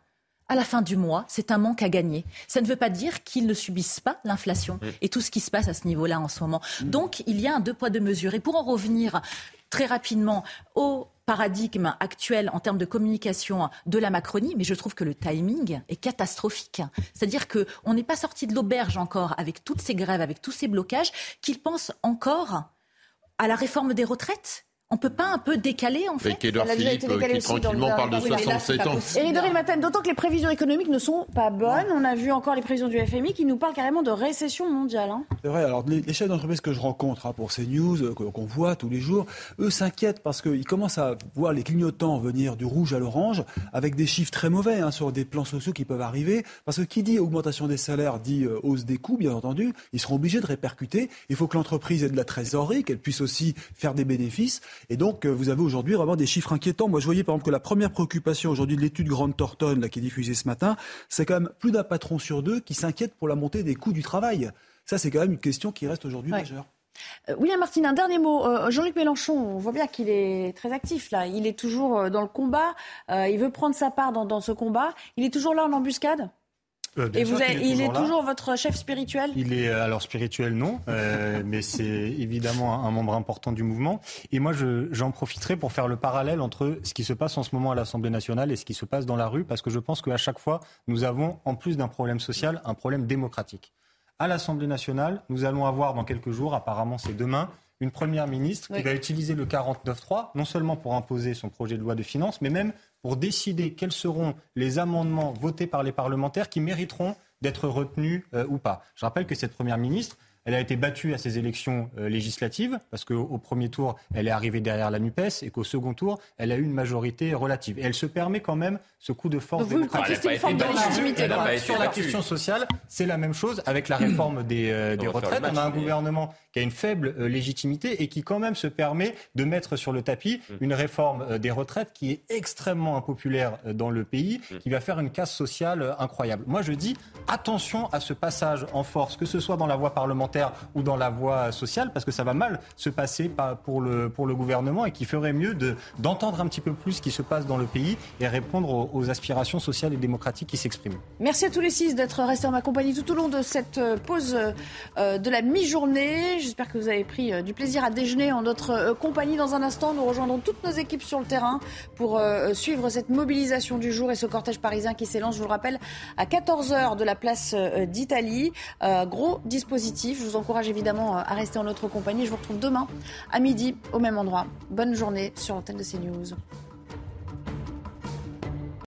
à la fin du mois, c'est un manque à gagner. Ça ne veut pas dire qu'ils ne subissent pas l'inflation mmh. et tout ce qui se passe à ce niveau-là en ce moment. Mmh. Donc, il y a un deux poids, deux mesures. Et pour en revenir très rapidement au paradigme actuel en termes de communication de la Macronie, mais je trouve que le timing est catastrophique. C'est-à-dire qu'on n'est pas sorti de l'auberge encore avec toutes ces grèves, avec tous ces blocages, qu'ils pensent encore à la réforme des retraites. On ne peut pas un peu décaler, en fait. Avec Édouard Philippe, qui tranquillement parle de soixante-sept ans. Éric de Rilmaten, d'autant que les prévisions économiques ne sont pas bonnes. On a vu encore les prévisions du F M I qui nous parlent carrément de récession mondiale. Hein. C'est vrai. Alors, les, les chefs d'entreprise que je rencontre hein, pour ces news, euh, qu'on voit tous les jours, eux s'inquiètent parce qu'ils commencent à voir les clignotants venir du rouge à l'orange avec des chiffres très mauvais hein, sur des plans sociaux qui peuvent arriver. Parce que qui dit augmentation des salaires dit euh, hausse des coûts, bien entendu. Ils seront obligés de répercuter. Il faut que l'entreprise ait de la trésorerie, qu'elle puisse aussi faire des bénéfices. Et donc, euh, vous avez aujourd'hui vraiment des chiffres inquiétants. Moi, je voyais par exemple que la première préoccupation aujourd'hui de l'étude Grant Thornton là, qui est diffusée ce matin, c'est quand même plus d'un patron sur deux qui s'inquiète pour la montée des coûts du travail. Ça, c'est quand même une question qui reste aujourd'hui ouais. majeure. Euh, William Martin, un dernier mot. Euh, Jean-Luc Mélenchon, on voit bien qu'il est très actif là. Il est toujours euh, dans le combat. Euh, il veut prendre sa part dans, dans ce combat. Il est toujours là en embuscade ? Euh, Et vous avez, il est, il toujours, est toujours votre chef spirituel ? Il est alors spirituel non, euh, mais c'est évidemment un, un membre important du mouvement. Et moi, je, j'en profiterai pour faire le parallèle entre ce qui se passe en ce moment à l'Assemblée nationale et ce qui se passe dans la rue, parce que je pense qu'à chaque fois, nous avons, en plus d'un problème social, un problème démocratique. À l'Assemblée nationale, nous allons avoir dans quelques jours, apparemment c'est demain, une première ministre qui oui. va utiliser le quarante-neuf trois, non seulement pour imposer son projet de loi de finances, mais même pour décider quels seront les amendements votés par les parlementaires qui mériteront d'être retenus euh, ou pas. Je rappelle que cette première ministre, elle a été battue à ces élections euh, législatives, parce qu'au au premier tour, elle est arrivée derrière la NUPES, et qu'au second tour, elle a eu une majorité relative. Et elle se permet quand même ce coup de force démocratique. C'est une forme de légitimité. Sur la question sociale, c'est la même chose avec la réforme des, euh, des retraites. On a un gouvernement qui a une faible euh, légitimité et qui quand même se permet de mettre sur le tapis une réforme euh, des retraites qui est extrêmement impopulaire euh, dans le pays, qui va faire une casse sociale euh, incroyable. Moi, je dis attention à ce passage en force, que ce soit dans la voie parlementaire ou dans la voie sociale, parce que ça va mal se passer pour le, pour le gouvernement et qu'il ferait mieux de, d'entendre un petit peu plus ce qui se passe dans le pays et répondre aux, aux aspirations sociales et démocratiques qui s'expriment. Merci à tous les six d'être restés en ma compagnie tout au long de cette pause euh, de la mi-journée. J'espère que vous avez pris euh, du plaisir à déjeuner en notre euh, compagnie. Dans un instant, nous rejoindrons toutes nos équipes sur le terrain pour euh, suivre cette mobilisation du jour et ce cortège parisien qui s'élance, je vous le rappelle, à quatorze heures de la place euh, d'Italie. Euh, gros dispositif. Je vous encourage évidemment à rester en notre compagnie. Je vous retrouve demain à midi au même endroit. Bonne journée sur l'antenne de CNews.